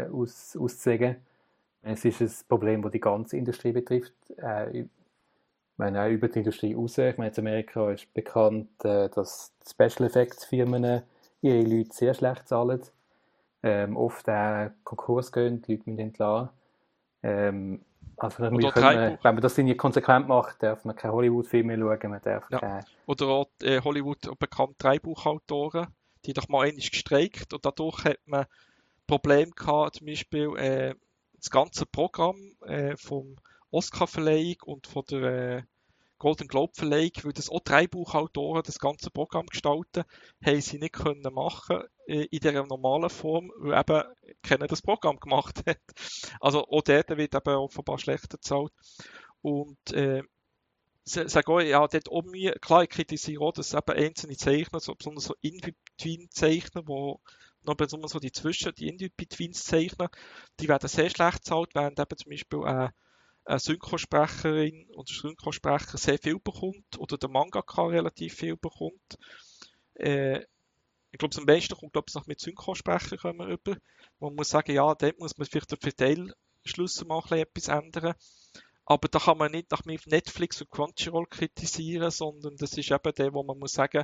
auszulegen. Es ist ein Problem, das die ganze Industrie betrifft. meine, auch über die Industrie raus. Ich meine, in Amerika ist bekannt, dass die Special Effects Firmen ihre Leute sehr schlecht zahlen. Oft auch Konkurs gehen, die Leute müssen entlassen. Also wenn man das nicht konsequent macht, darf man keine Hollywood-Filme schauen, man darf keine... Oder auch Hollywood bekannte Drehbuchautoren, die doch mal einmal gestreikt und dadurch hat man Probleme gehabt, zum Beispiel das ganze Programm vom Oscar-Verleihung und von der Golden Globe-Verleihung, weil das auch Drehbuchautoren das ganze Programm gestalten, haben sie nicht können machen in dieser normalen Form, weil eben keiner das Programm gemacht hat. Also auch dort wird eben offenbar schlechter gezahlt. Und sage auch, ja, dort auch Mühe, klar, ich kritisiere auch, dass eben einzelne Zeichner, so, besonders so In-Between-Zeichner, wo noch besonders so die In-Between-Zeichner, die werden sehr schlecht gezahlt, während eben zum Beispiel eine Synchronsprecherin oder Synchronsprecher sehr viel bekommt oder der Mangaka relativ viel bekommt. Ich glaube, am besten kommt, noch mit Synchronsprecher kommen über. Man muss sagen, ja, dort muss man vielleicht den Verteilschlüssel mal etwas ändern. Aber da kann man nicht nach Netflix und Crunchyroll kritisieren, sondern das ist eben der, wo man muss sagen,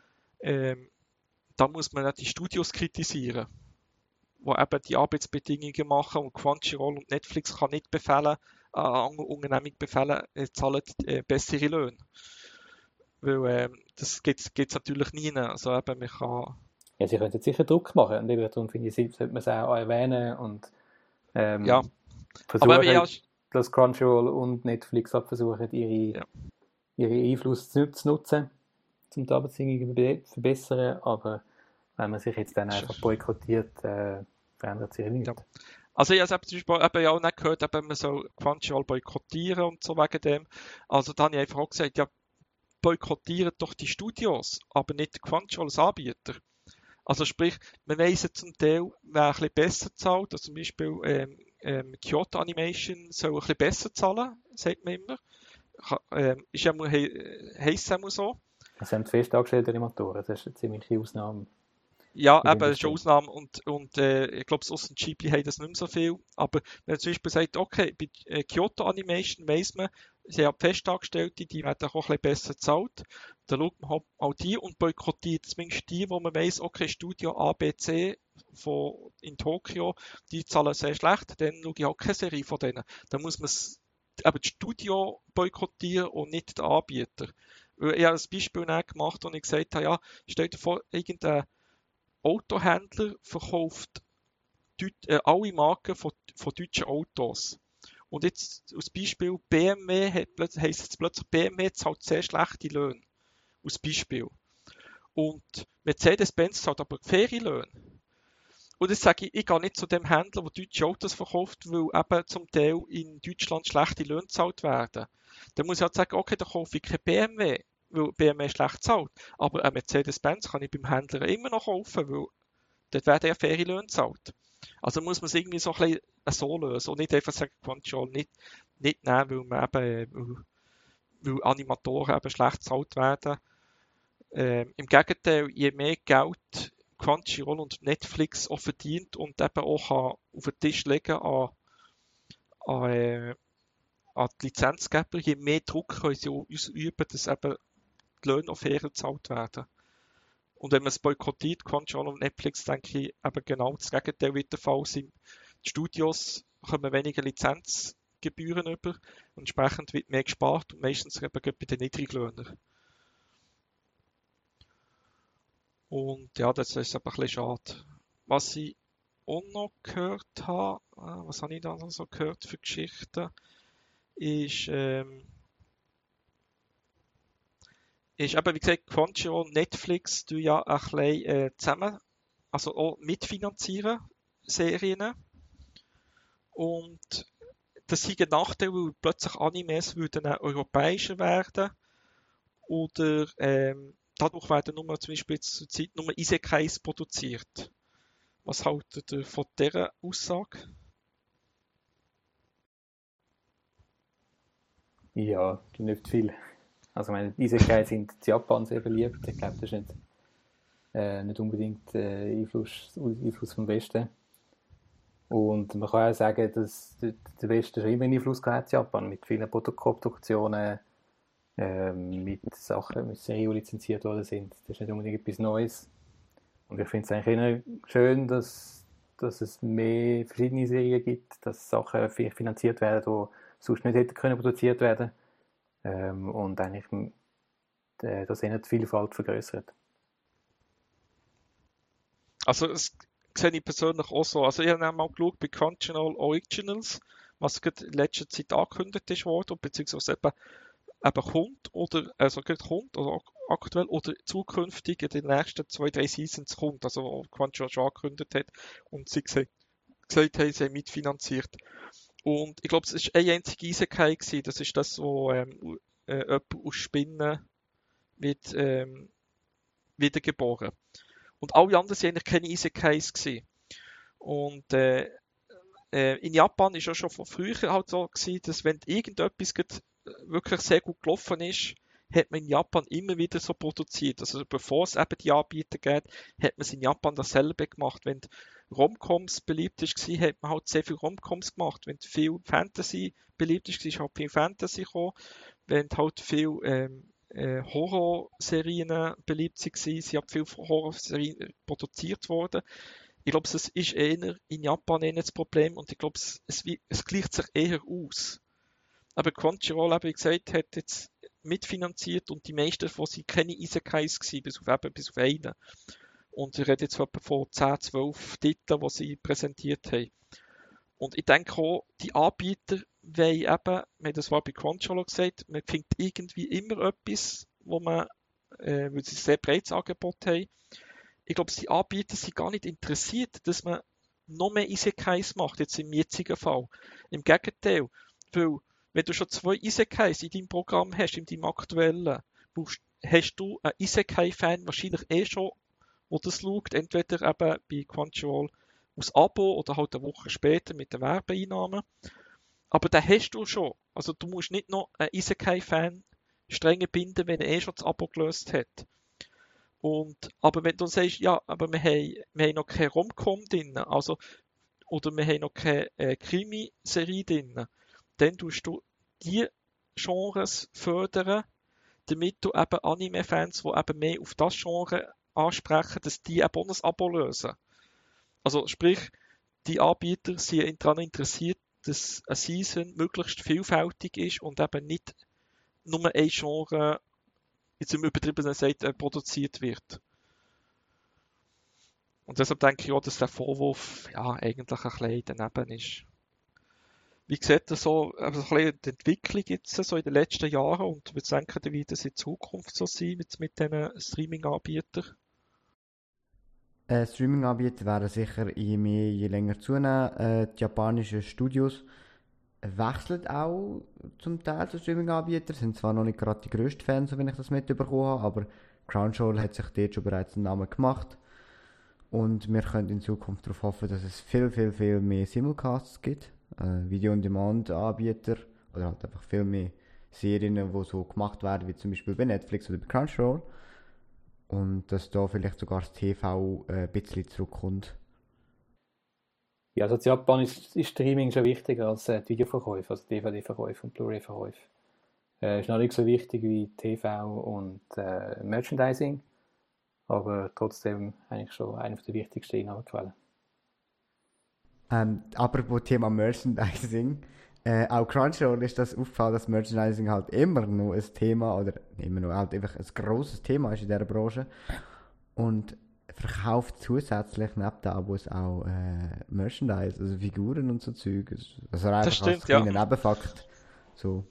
da muss man nicht die Studios kritisieren, wo eben die Arbeitsbedingungen machen und Crunchyroll und Netflix kann nicht befehlen, andere Unternehmen befehlen, zahlen bessere Löhne. Weil das geht natürlich nie. Also eben, man kann... Ja, sie könnten sicher Druck machen und darum finde ich, sollte man es auch erwähnen und versuchen, aber dass Crunchyroll und Netflix versuchen, ihre Einfluss zu nutzen, um die Arbeitsbedingungen zu verbessern, aber wenn man sich jetzt dann einfach boykottiert, verändert sich nichts. Ja. Also ich habe zum Beispiel auch nicht gehört, man soll Crunchyroll boykottieren und so wegen dem. Also dann habe ich einfach auch gesagt, ja, boykottieren doch die Studios, aber nicht Crunchyroll als Anbieter. Also sprich, man weiss zum Teil, wer ein bisschen besser zahlt, also zum Beispiel Kyoto Animation soll ein bisschen besser zahlen, sagt man immer. Heisst es einmal so. Das sind fest angestellte Animatoren, das ist eine ziemliche Ausnahme. Ja, eben, das ist eine Ausnahme und ich glaube, aus dem GP haben das nicht mehr so viel. Aber wenn man zum Beispiel sagt, okay, bei Kyoto Animation weiss man, sie haben Festangestellte, die werden auch ein bisschen besser bezahlt. Dann schaut man auch die und boykottiert zumindest die, wo man weiss, okay, Studio ABC in Tokio, die zahlen sehr schlecht, dann schaue ich auch keine Serie von denen. Dann muss man das Studio boykottieren und nicht den Anbieter. Ich habe ein Beispiel gemacht, wo ich gesagt habe, ja, stell dir vor, irgendein Autohändler verkauft alle Marken von deutschen Autos. Und jetzt als Beispiel BMW heisst es plötzlich, BMW zahlt sehr schlechte Löhne. Als Beispiel. Und Mercedes-Benz zahlt aber faire Löhne. Und jetzt sage ich gehe nicht zu dem Händler, der deutsche Autos verkauft, weil eben zum Teil in Deutschland schlechte Löhne gezahlt werden. Dann muss ich halt sagen, okay, dann kaufe ich kein BMW, weil BMW schlecht zahlt. Aber ein Mercedes-Benz kann ich beim Händler immer noch kaufen, weil dort werden ja faire Löhne gezahlt. Also muss man es irgendwie so ein bisschen so lösen und nicht einfach sagen, Crunchyroll nicht nehmen, weil man eben, weil Animatoren eben schlecht gezahlt werden. Im Gegenteil, je mehr Geld Crunchyroll und Netflix auch verdient und eben auch auf den Tisch legen an die Lizenzgeber, je mehr Druck können sie ausüben, dass eben die Löhne auch fairer gezahlt werden. Und wenn man es boykottiert, Crunchyroll und Netflix, denke ich, eben genau das Gegenteil wird der Fall sein. Die Studios kommen weniger Lizenzgebühren über und entsprechend wird mehr gespart und meistens eben bei den Niedriglöhnern. Und ja, das ist aber ein bisschen schade. Was ich auch noch gehört habe, was habe ich da noch so gehört für Geschichten, ist eben, wie gesagt, Crunchyroll und Netflix tun ja ein bisschen zusammen, also auch mitfinanzieren Serien. Und das ist ein Nachteil, weil plötzlich Animes würden auch europäischer werden. Oder dadurch werden nur zum Beispiel zur Zeit nur Isekais produziert. Was haltet ihr von dieser Aussage? Ja, nicht viel. Also meine Isekai sind in Japan sehr beliebt. Ich glaube, das ist nicht unbedingt Einfluss vom Westen. Und man kann auch sagen, dass der Westen schon immer einen Einfluss gehabt hat in Japan, mit vielen Koproduktionen, mit Sachen, mit Serien, die lizenziert worden sind. Das ist nicht unbedingt etwas Neues. Und ich finde es eigentlich eher schön, dass es mehr verschiedene Serien gibt, dass Sachen finanziert werden, die sonst nicht hätten können produziert werden. Und eigentlich das eher die Vielfalt vergrößert. Also das sehe ich persönlich auch so. Also ich habe mal geschaut bei Crunchyroll Originals, was gerade in letzter Zeit angekündigt ist worden, beziehungsweise eben kommt oder aktuell oder zukünftig in den nächsten 2-3 Seasons kommt, also wo Crunchyroll schon angekündigt hat und sie gesagt haben, sie haben mitfinanziert. Und ich glaube, es war eine einzige Isekai gewesen. Das ist das, wo jemand aus Spinnen wird wiedergeboren. Und alle anderen waren eigentlich keine Isekais gewesen. Und in Japan ist ja schon von früher halt so gewesen, dass wenn irgendetwas wirklich sehr gut gelaufen ist, hat man in Japan immer wieder so produziert. Also bevor es eben die Anbieter gibt, hat man es in Japan dasselbe gemacht. Wenn Romcoms beliebt war, hat man halt sehr viel Romcoms gemacht. Wenn viel Fantasy beliebt ist halt viel Fantasy gekommen. Wenn halt viel Horrorserien beliebt waren, sind halt viel Horrorserien produziert worden. Ich glaube, es ist eher in Japan eher das Problem und ich glaube, es gleicht sich eher aus. Aber Crunchyroll, wie gesagt, hat jetzt mitfinanziert und die meisten davon sind keine Isekais gewesen, bis auf einen. Und ich rede jetzt etwa von 10, 12 Titeln, die sie präsentiert haben. Und ich denke auch, die Anbieter wollen eben, wir haben das war bei Crunchyroll gesagt, man findet irgendwie immer etwas, weil sie ein sehr breites Angebot haben. Ich glaube, die Anbieter sind gar nicht interessiert, dass man noch mehr Isekais macht, jetzt im jetzigen Fall. Im Gegenteil, weil wenn du schon 2 Isekais in deinem Programm hast, in deinem aktuellen, hast du einen Isekai-Fan wahrscheinlich schon, der das schaut, entweder eben bei Crunchyroll aus Abo oder halt eine Woche später mit den Werbeeinnahmen. Aber den hast du schon. Also du musst nicht noch einen Isekai-Fan streng binden, wenn er schon das Abo gelöst hat. Aber wenn du sagst, ja, aber wir haben noch keine Rom-Com drin, also, oder wir haben noch keine Krimi-Serie drin, dann tust du die Genres fördern, damit du eben Anime-Fans, die eben mehr auf das Genre ansprechen, dass die eben auch ein Abo lösen. Also sprich, die Anbieter sind daran interessiert, dass eine Season möglichst vielfältig ist und eben nicht nur ein Genre, jetzt im übertriebenen Sinne, produziert wird. Und deshalb denke ich auch, dass der Vorwurf ja eigentlich ein bisschen daneben ist. Wie sieht das so, also ein bisschen die Entwicklung jetzt so in den letzten Jahren und wir denken, wie das in Zukunft so sein mit diesen Streaming-Anbietern? Streaming-Anbieter werden sicher je länger zunehmen. Die japanischen Studios wechseln auch zum Teil zu Streaming-Anbietern, sind zwar noch nicht gerade die grössten Fans, wenn ich das mitbekommen habe, aber Crunchyroll hat sich dort schon bereits einen Namen gemacht. Und wir können in Zukunft darauf hoffen, dass es viel mehr Simulcasts gibt. Video-on-Demand-Anbieter oder halt einfach viel mehr Serien, die so gemacht werden, wie zum Beispiel bei Netflix oder bei Crunchyroll. Und dass da vielleicht sogar das TV ein bisschen zurückkommt. Ja, also in Japan ist Streaming schon wichtiger als die Videoverkäufe, also DVD-Verkäufe und Blu-ray-Verkäufe. Ist noch nicht so wichtig wie TV und Merchandising, aber trotzdem eigentlich schon eine der wichtigsten Einnahmequellen. Apropos Thema Merchandising, auch Crunchyroll ist das aufgefallen, dass Merchandising halt immer noch ein Thema oder immer noch halt einfach ein grosses Thema ist in dieser Branche und verkauft zusätzlich neben den Abos auch Merchandise, also Figuren und so Zeug. Also einfach Das stimmt, als kleiner Nebenfakt. So.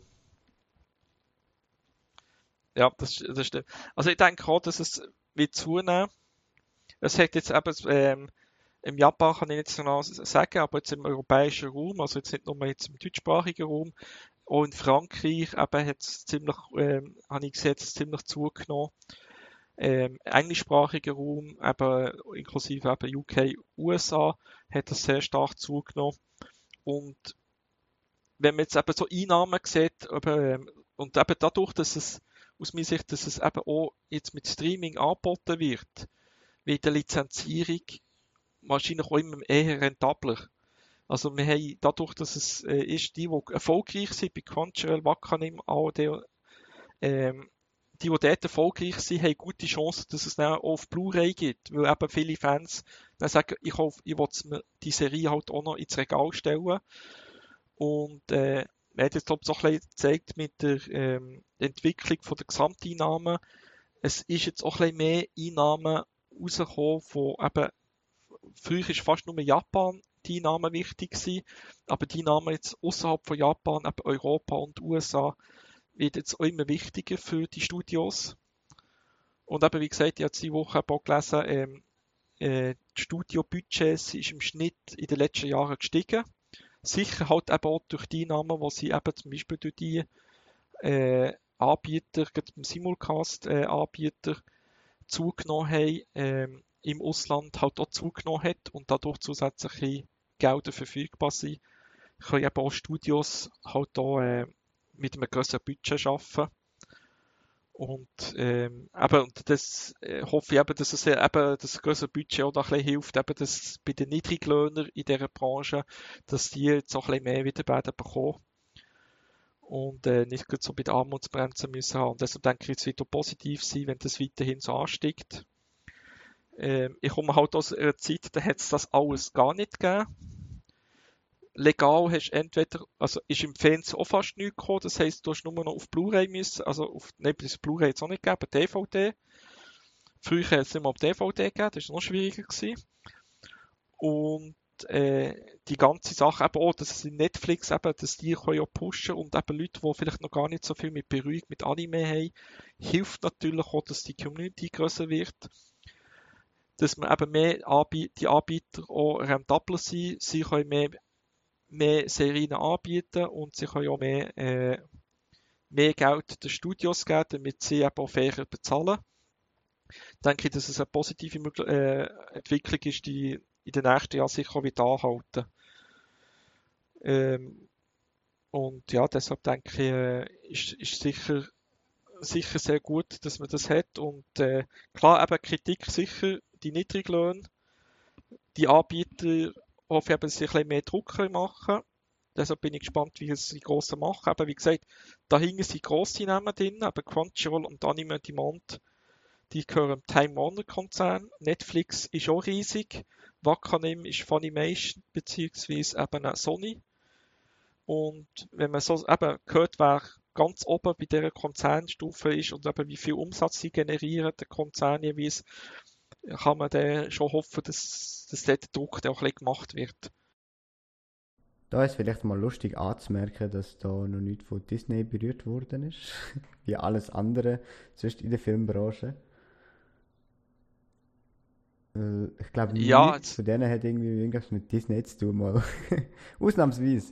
Ja, das stimmt. Also ich denke auch, dass es wird zunehmen. Es hat jetzt eben im Japan kann ich nicht so genau sagen, aber jetzt im europäischen Raum, also jetzt nicht nur jetzt im deutschsprachigen Raum, auch in Frankreich eben hat es ziemlich, habe ich gesehen, ziemlich zugenommen. Englischsprachiger Raum, eben, inklusive eben UK, USA, hat das sehr stark zugenommen. Und wenn man jetzt eben so Einnahmen sieht, und eben dadurch, dass es aus meiner Sicht, dass es eben auch jetzt mit Streaming angeboten wird die Lizenzierung wahrscheinlich auch immer eher rentabler. Also wir haben dadurch, dass es ist, die erfolgreich sind bei Crunchyroll, Wakanim, AOD die dort erfolgreich sind, haben gute Chancen, dass es dann auch auf Blu-ray gibt, weil eben viele Fans dann sagen, ich will mir die Serie halt auch noch ins Regal stellen. Und man hat jetzt, glaube ich, so ein bisschen gezeigt mit der Entwicklung von der Gesamteinnahmen. Es ist jetzt auch ein bisschen mehr Einnahmen rausgekommen von eben, früher ist fast nur Japan die Einnahmen wichtig gewesen, aber die Einnahmen jetzt außerhalb von Japan, eben Europa und USA, wird jetzt auch immer wichtiger für die Studios. Und eben, wie gesagt, ich habe diese Woche auch gelesen, die Studiobudgets ist im Schnitt in den letzten Jahren gestiegen. Sicher halt eben auch durch die Einnahmen, die sie eben zum Beispiel durch die Anbieter, gerade beim Simulcast-Anbieter zugenommen haben, im Ausland halt auch zugenommen hat und dadurch zusätzliche Gelder verfügbar sind, können eben auch Studios halt auch mit einem grösseren Budget arbeiten. Und eben, und das hoffe ich eben, dass es eben das grössere Budget auch da ein bisschen hilft, eben, dass bei den Niedriglöhnern in dieser Branche, dass die jetzt auch ein bisschen mehr wieder werden bekommen und nicht gerade so bei den Armutsbremsen müssen haben. Und deshalb denke ich, es wird auch positiv sein, wenn das weiterhin so ansteigt. Ich komme halt aus einer Zeit, da hat es das alles gar nicht gegeben. Legal hast entweder, also ist im Fernsehen auch fast nichts gekommen, das heisst, du hast nur noch auf Blu-ray müssen, also auf, nein, das Blu-ray jetzt auch nicht gegeben, DVD. Früher hat es immer auf DVD gegeben, das war noch schwieriger gewesen. Und die ganze Sache eben auch, dass es in Netflix eben, dass die können ja pushen und eben Leute, die vielleicht noch gar nicht so viel mit Berührung mit Anime haben, hilft natürlich auch, dass die Community grösser wird. Dass man eben mehr die Anbieter auch rentabler sind, sie können mehr Serien anbieten und sie können auch mehr Geld den Studios geben, damit sie eben auch fairer bezahlen. Ich denke, dass es eine positive Entwicklung ist, die in den nächsten Jahren sicher wieder anhalten. Und ja, deshalb denke ich, ist sicher sehr gut, dass man das hat. Und klar, eben Kritik sicher, die Niedriglöhne, die Anbieter hoffe ich, dass sie ein bisschen mehr Druck machen. Deshalb bin ich gespannt, wie es die Grossen machen. Aber wie gesagt, dahinter sind grosse Namen drin, aber Crunchyroll und Anime on Demand, die gehören dem Time Warner Konzern. Netflix ist auch riesig. Wakanim ist Funimation, beziehungsweise eben auch Sony. Und wenn man so eben hört, wer ganz oben bei dieser Konzernstufe ist und eben wie viel Umsatz sie generieren, der Konzern jeweils, kann man dann schon hoffen, dass dort der Druck auch ein bisschen gemacht wird. Da ist vielleicht mal lustig anzumerken, dass da noch nichts von Disney berührt worden ist. Wie alles andere, sonst in der Filmbranche. Ich glaube, Ja, nichts von denen hat irgendwie irgendwas mit Disney zu tun. Mal. Ausnahmsweise.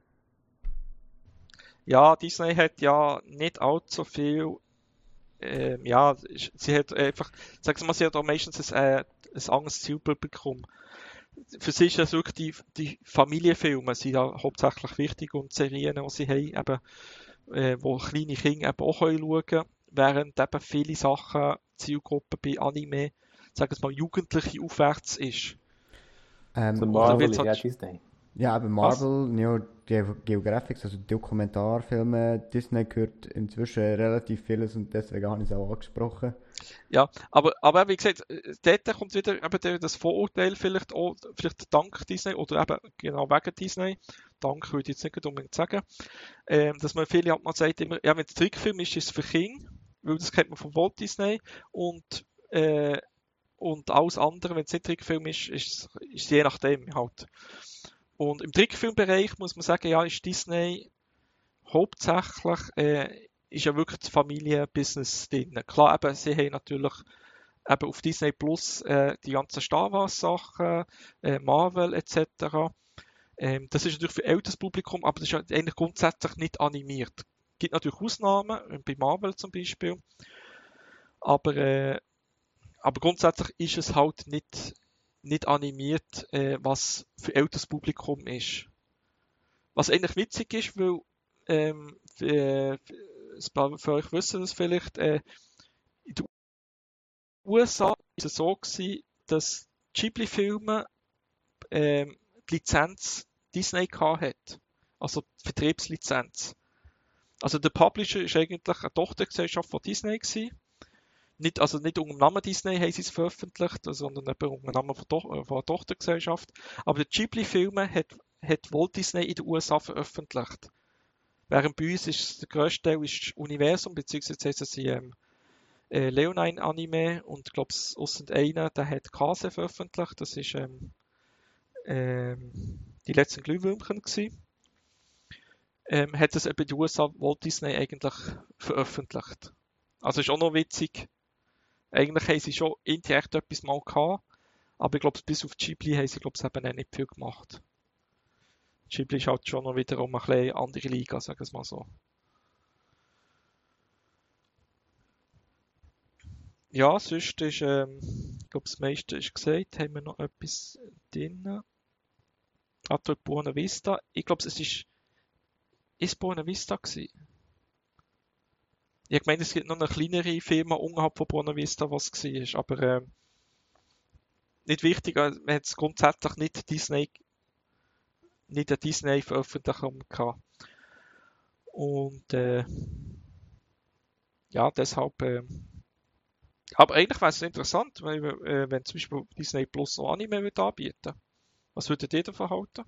Ja, Disney hat ja nicht allzu viel. Ja, sie hat einfach, sagen wir mal, sie hat auch meistens ein anderes Zielpublikum. Für sie ist das wirklich die Familienfilme sind ja hauptsächlich wichtig und Serien, die sie haben, eben, wo kleine Kinder eben auch schauen können, während eben viele Sachen, Zielgruppe bei Anime, sagen wir mal, Jugendliche aufwärts ist. So Und da Marvel wird's ist ja halt, Disney. Ja, aber Marvel, Neo Geographics, also Dokumentarfilme, Disney gehört inzwischen relativ vieles und deswegen habe ich es auch angesprochen. ja, aber wie gesagt, dort kommt wieder eben das Vorurteil vielleicht auch, vielleicht dank Disney oder eben genau wegen Disney, dank würde ich jetzt nicht unbedingt sagen, dass man viele halt mal sagt immer, ja, wenn es Trickfilm ist, ist es für Kinder, weil das kennt man von Walt Disney und alles andere, wenn es nicht Trickfilm ist, ist je nachdem halt. Und im Trickfilmbereich muss man sagen, ja, ist Disney hauptsächlich ist ja wirklich das Familienbusiness drin. Klar, eben, sie haben natürlich eben auf Disney Plus die ganzen Star Wars Sachen, Marvel etc. Das ist natürlich für älteres Publikum, aber das ist ja eigentlich grundsätzlich nicht animiert. Es gibt natürlich Ausnahmen, bei Marvel zum Beispiel, aber grundsätzlich ist es halt nicht animiert, was für älteres Publikum ist. Was eigentlich witzig ist, weil ein paar von euch wissen das vielleicht, in den USA ist es so gewesen, dass Ghibli-Filme die Lizenz Disney hat, also die Vertriebslizenz. Also der Publisher ist eigentlich eine Tochtergesellschaft von Disney gewesen. Nicht unter dem Namen Disney haben sie es veröffentlicht, sondern eben unter dem Namen von einer Tochtergesellschaft. Aber der Ghibli-Filme hat Walt Disney in den USA veröffentlicht. Während bei uns ist der grösste Teil ist Universum, beziehungsweise heisst es Leonine-Anime und ich glaube, ausser einer, der hat Kase veröffentlicht. Das ist die letzten Glühwürmchen gewesen. Hat es eben in den USA Walt Disney eigentlich veröffentlicht. Also ist auch noch witzig. Eigentlich haben sie schon indirekt etwas mal gehabt, aber ich glaube, bis auf Ghibli haben sie, glaube ich, eben nicht viel gemacht. Ghibli ist halt schon noch wiederum ein bisschen andere Liga, sagen wir es mal so. Ja, sonst ist, ich glaube, das meiste ist gesagt. Haben wir noch etwas drin? Dort Buena Vista. Ich glaube, es ist Buena Vista gewesen. Ich meine, es gibt noch eine kleinere Firma unterhalb von Buena Vista, was es war, aber nicht wichtig, man hat es grundsätzlich nicht eine Disney-Veröffentlichung gehabt. Und ja, deshalb aber eigentlich wäre es interessant, wenn zum Beispiel Disney Plus auch Anime würde anbieten. Was würdet ihr davon halten?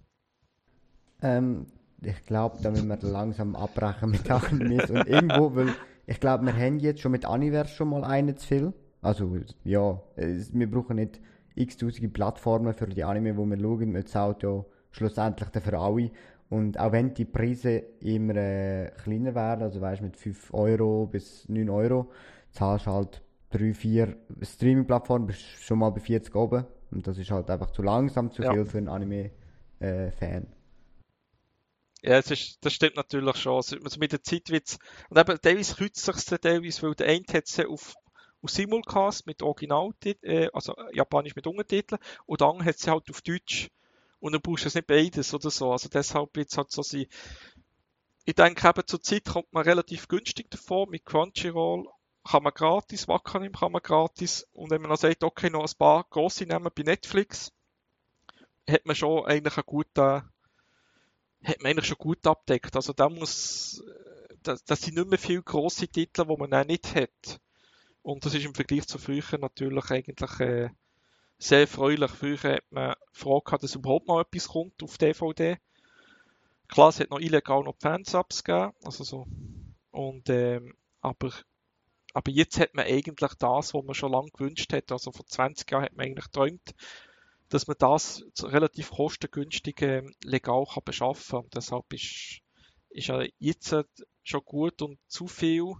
Ich glaube, da müssen wir langsam abbrechen mit Animes und irgendwo, weil ich glaube, wir haben jetzt schon mit Aniverse schon mal einen zu viel. Also ja, wir brauchen nicht x-tausende Plattformen für die Anime, die wir schauen. Man zahlt ja schlussendlich für alle. Und auch wenn die Preise immer kleiner werden, also weißt mit 5 Euro bis 9 Euro, zahlst du halt 3, 4 Streaming-Plattformen, bist schon mal bei 40 oben. Und das ist halt einfach zu langsam, zu viel für einen Anime-Fan. Ja, das stimmt natürlich schon. Also mit der Zeit wird's, und eben teilweise kürzt sich's teilweise, weil der eine hat es auf Simulcast mit also Japanisch mit Untertiteln, und der andere hat sie halt auf Deutsch. Und dann brauchst du es nicht beides oder so. Also deshalb wird es halt so sein. Ich denke eben, zur Zeit kommt man relativ günstig davon. Mit Crunchyroll kann man gratis, Wakanim kann man gratis. Und wenn man dann sagt, okay, noch ein paar grosse nehmen bei Netflix, hat man schon eigentlich schon gut abdeckt. Also das sind nicht mehr viele grosse Titel, die man auch nicht hat. Und das ist im Vergleich zu früher natürlich eigentlich sehr erfreulich. Früher hat man Frage gehabt, dass überhaupt mal etwas kommt auf DVD. Klar, es hat noch illegal noch Fansubs gegeben, also so. Und, aber jetzt hat man eigentlich das, was man schon lange gewünscht hat. Also vor 20 Jahren hat man eigentlich geträumt, dass man das relativ kostengünstig legal kann beschaffen kann. Deshalb ist ja jetzt schon gut, und zu viel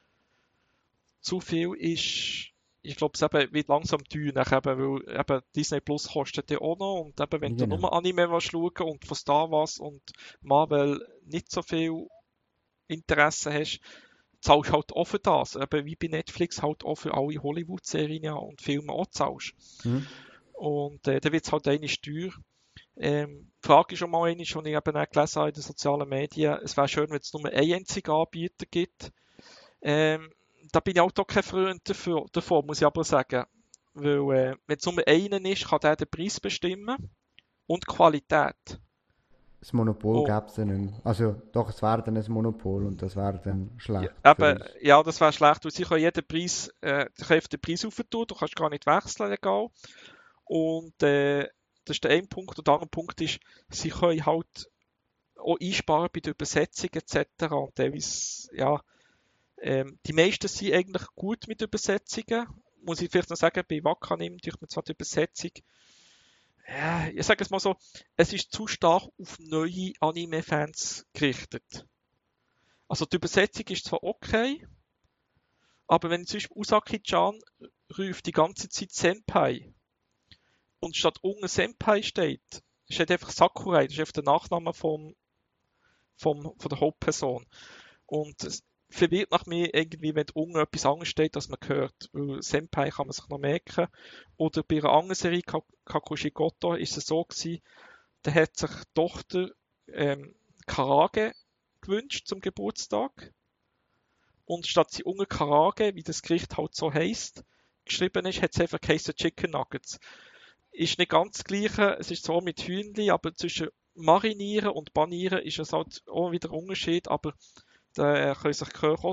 ist, ich glaube, es eben wird langsam teuer, weil eben Disney Plus kostet ja auch noch, und eben wenn du nur Anime willst schauen und von Star Wars und Marvel nicht so viel Interesse hast, zahlst halt auch für das. Eben wie bei Netflix halt auch für alle Hollywood-Serien und Filme auch zahlst. Mhm. Und dann wird es halt eine Steuer. Die Frage ist schon mal eine, schon ich eben auch gelesen habe in den sozialen Medien, es wäre schön, wenn es nur einen einzigen Anbieter gibt. Da bin ich auch kein Freund davon, muss ich aber sagen. Weil, wenn es nur einen ist, kann der den Preis bestimmen und die Qualität. Das Monopol gäbe es ja nicht mehr. Also doch, es wäre dann ein Monopol und das wäre dann schlecht. Ja, das wäre schlecht, weil sie können jeden Preis, den Preis aufentun, du kannst gar nicht wechseln, egal. Und das ist der eine Punkt. Und der andere Punkt ist, sie können halt auch einsparen bei der Übersetzung etc. Und teilweise, ja, die meisten sind eigentlich gut mit Übersetzungen. Muss ich vielleicht noch sagen, bei Wakanim durch man zwar die Übersetzung, ich sage es mal so, es ist zu stark auf neue Anime-Fans gerichtet. Also die Übersetzung ist zwar okay, aber wenn zum Beispiel Usaki-chan ruft die ganze Zeit Senpai und statt unten Senpai steht einfach Sakurai, das ist einfach der Nachname von der Hauptperson. Und es verwirrt nach mir irgendwie, wenn unten etwas anderes steht, das man hört. Weil Senpai kann man sich noch merken. Oder bei einer anderen Serie, Kakushigoto, ist es so gewesen, da hat sich die Tochter Karage gewünscht zum Geburtstag. Und statt sie unten Karage, wie das Gericht halt so heisst, geschrieben ist, hat es einfach geheißen Chicken Nuggets. Ist nicht ganz das Gleiche, es ist zwar mit Hühnli, aber zwischen Marinieren und Panieren ist es halt auch wieder ein Unterschied, aber Da können sich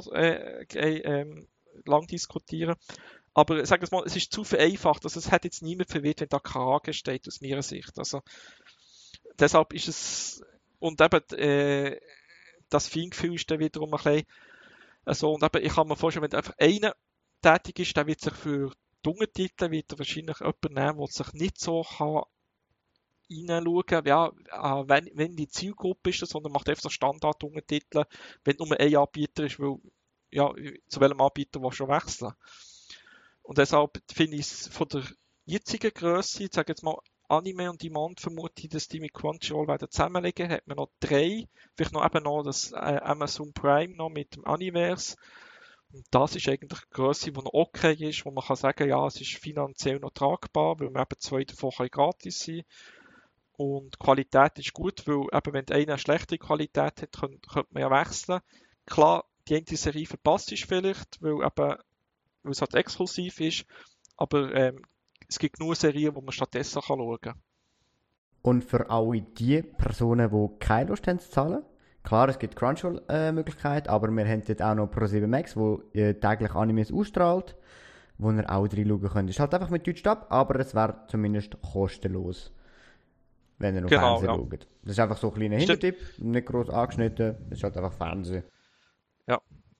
lang diskutieren. Aber sagen wir mal, es ist zu vereinfacht. Also es hat jetzt niemand verwirrt, wenn da Karage steht, aus meiner Sicht. Also deshalb ist es, und eben das Feingefühl ist dann wiederum ein bisschen so, und eben, ich kann mir vorstellen, wenn einfach einer tätig ist, der wird sich für die Untertitel wird wahrscheinlich jemanden nehmen, der sich nicht so kann reinschauen, ja, wenn die Zielgruppe ist, sondern macht einfach so Standard-Untertitel, wenn nur ein Anbieter ist, weil, ja, zu welchem Anbieter willst du schon wechseln? Und deshalb finde ich es von der jetzigen Grösse, ich sage jetzt mal Anime und Demand, vermute ich, dass die mit Crunchyroll werden zusammenlegen, hat man noch 3, vielleicht noch eben noch das Amazon Prime noch mit dem Universe. Und das ist eigentlich eine Grösse, die noch okay ist, wo man kann sagen, ja, es ist finanziell noch tragbar, weil man eben 2 davon gratis sein kann. Und die Qualität ist gut, weil eben, wenn einer eine schlechte Qualität hat, könnte man ja wechseln. Klar, die eine Serie verpasst ist vielleicht, weil es halt exklusiv ist, aber es gibt genug Serien, die man stattdessen schauen kann. Und für alle die Personen, die keine Lust haben zu zahlen, klar, es gibt Crunchyroll-Möglichkeit, aber wir haben dort auch noch Pro7 Max, wo täglich Animes ausstrahlt, wo ihr auch reinschauen könnt. Es ist halt einfach mit Deutsch ab, aber es wäre zumindest kostenlos, wenn ihr noch Fernsehen schaut. Das ist einfach so ein kleiner Hintertipp, nicht groß angeschnitten, es ist halt einfach Fernsehen. Ja,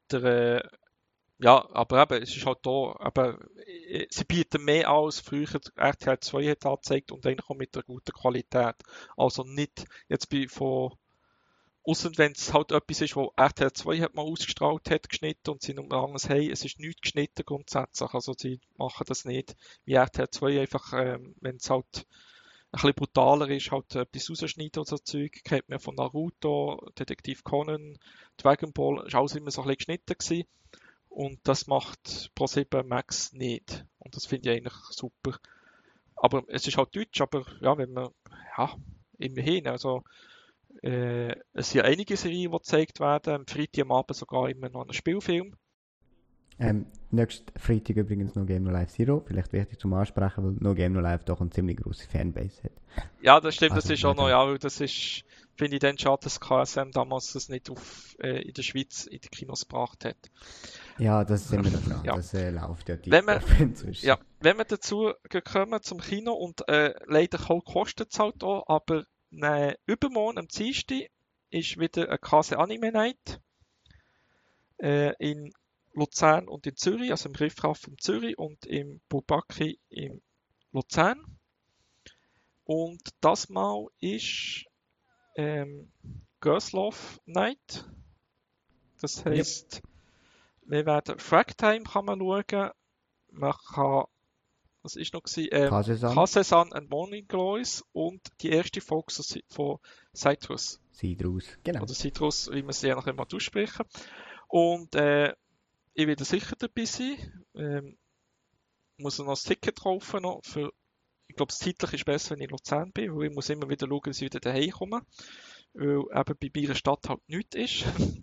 ja, aber eben, es ist halt da, eben, sie bieten mehr an, als früher RTL 2 hat angezeigt und eigentlich auch mit einer guten Qualität. Also nicht jetzt ausser wenn es halt etwas ist, wo RTL 2 hat mal ausgestrahlt hat, geschnitten und sie noch anders hey, es ist nichts geschnitten grundsätzlich. Also sie machen das nicht wie RTL 2 einfach, wenn es halt ein bisschen brutaler ist, halt etwas rausschneiden oder so Zeug. Kennt man von Naruto, Detektiv Conan, Dragon Ball, ist alles immer so ein bisschen geschnitten gewesen. Und das macht Pro7 Max nicht. Und das finde ich eigentlich super. Aber es ist halt Deutsch, aber ja, wenn man, ja, immerhin, also es sind ja einige Serien, die gezeigt werden, am Freitag am Abend sogar immer noch einen Spielfilm. Nächsten Freitag übrigens noch Game No Live Zero. Vielleicht wichtig zum Ansprechen, weil No Game No Live doch eine ziemlich grosse Fanbase hat. Ja, das stimmt, also, das ist auch noch, ja, weil das ist, finde ich dann schade, dass KSM damals das nicht in der Schweiz in die Kinos gebracht hat. Ja, das sind wir noch dran. Ja. Das läuft ja inzwischen. Ja, wenn wir dazu kommen zum Kino und leider kostet es halt auch, aber übermorgen am Dienstag ist wieder eine Kase Anime Night in Luzern und in Zürich, also im Riffraff in Zürich und im Bubaki in Luzern. Und das Mal ist Girls Love Night. Das heisst, wir werden Fragtime kann man schauen. Man kann, was ist noch gewesen? Kase-san and Morning Glories und die erste Folge von Citrus. Citrus, genau. Oder Citrus, wie man sie ja nachher mal aussprechen. Und ich werde sicher dabei sein. Muss noch ein Ticket kaufen noch für, ich glaube, das zeitlich ist besser, wenn ich in Luzern bin, weil ich muss immer wieder schauen, dass ich wieder daheim komme. Weil eben bei meiner Stadt halt nichts ist.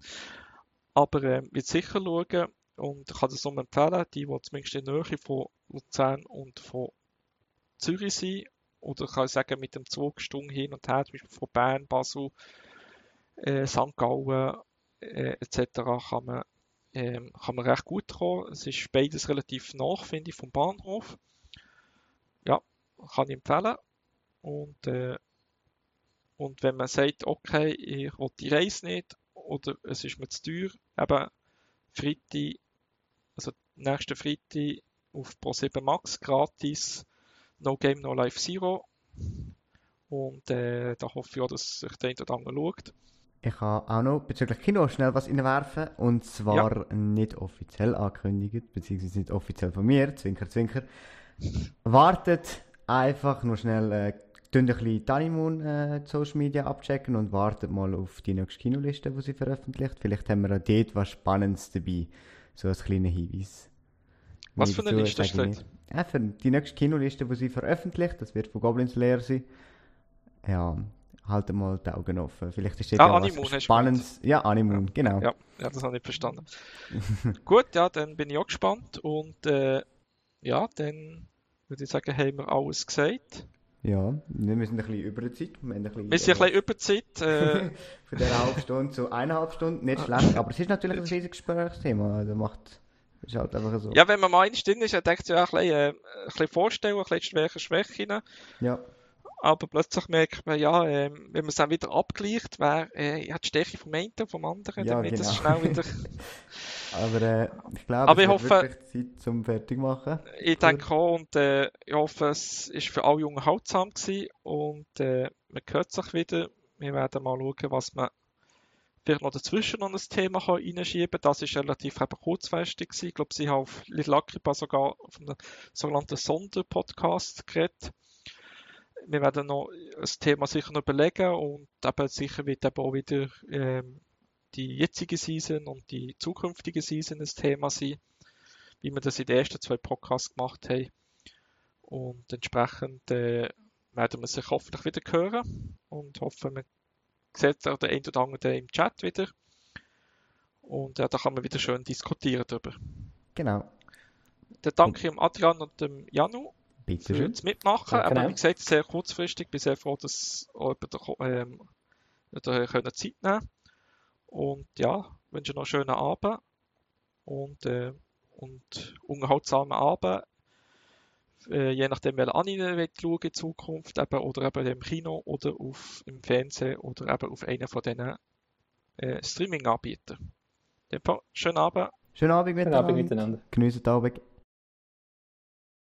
Aber ich werde sicher schauen und ich kann das nur empfehlen, die zumindest in der Nähe von Luzern und von Zürich sind. Oder kann ich sagen, mit dem Zug Stunden hin und her, zum Beispiel von Bern, Basel, St. Gallen etc. kann man recht gut kommen. Es ist beides relativ nah, finde ich, vom Bahnhof. Ja, kann ich empfehlen. Und wenn man sagt, okay, ich will die Reise nicht oder es ist mir zu teuer, eben Freitag, also nächsten Freitag auf Pro7 Max gratis No Game No Live Zero. Und da hoffe ich auch, dass sich der eine oder andere schaut. Ich kann auch noch bezüglich Kino schnell was reinwerfen. Und zwar nicht offiziell angekündigt, beziehungsweise nicht offiziell von mir, Zwinker, Zwinker. Wartet einfach nur schnell, ein bisschen Tanimoon Social Media abchecken und wartet mal auf die nächste Kinoliste, die sie veröffentlicht. Vielleicht haben wir auch dort was Spannendes dabei. So als kleiner Hinweis. Was für eine Liste steht? Für die nächste Kinoliste, die sie veröffentlicht, das wird von Goblins Lair sein. Ja, haltet mal die Augen offen. Vielleicht ist ja was Spannendes. Ja, Animoon, genau. Ja, das habe ich nicht verstanden. Gut, ja, dann bin ich auch gespannt und ja, dann würde ich sagen, haben wir alles gesagt. Ja, wir sind ein bisschen über der Zeit. Wir sind ein bisschen über die Zeit. Von dieser halben Stunde zu 1,5 Stunden, nicht schlecht. Aber es ist natürlich ein riesiges Gesprächsthema. Ist halt einfach so. Ja, wenn man mal drin ist, dann denkt man ja ein bisschen vorstellen, ein bisschen Schwächen. Ja. Aber plötzlich merkt man, ja, wenn man es dann wieder abgleicht, wer hat die Stärke vom einen und vom anderen, Ja, damit genau. es schnell wieder... Aber ich glaube, es wird wirklich Zeit zum Fertigmachen. Ich denke auch, und ich hoffe, es war für alle unterhaltsam gewesen und man hört sich wieder. Wir werden mal schauen, was man vielleicht noch dazwischen noch ein Thema reinschieben kann. Das war relativ kurzfristig gewesen. Ich glaube, sie haben auf Little Akiba sogar auf einem sogenannten Sonderpodcast geredet. Wir werden noch ein Thema sicher noch überlegen und eben sicher wird eben auch wieder die jetzige Season und die zukünftige Season ein Thema sein, wie wir das in den ersten 2 Podcasts gemacht haben. Und entsprechend werden wir sich hoffentlich wieder hören und hoffen, man sieht auch den einen oder anderen im Chat wieder. Und da kann man wieder schön diskutieren darüber. Genau. Dann danke ich dem Adrian und dem Janu für das Mitmachen. Aber wie gesagt, sehr kurzfristig. Ich bin sehr froh, dass auch jemand Zeit nehmen können. Und ja, wünsche noch einen schönen Abend und unterhaltsamen Abend. Je nachdem, welche Anime schauen in Zukunft, eben, oder eben im Kino oder im Fernsehen oder eben auf einen von diesen Streaming-Anbietern. Schönen Abend. Schönen Abend miteinander. Geniessen den Abend.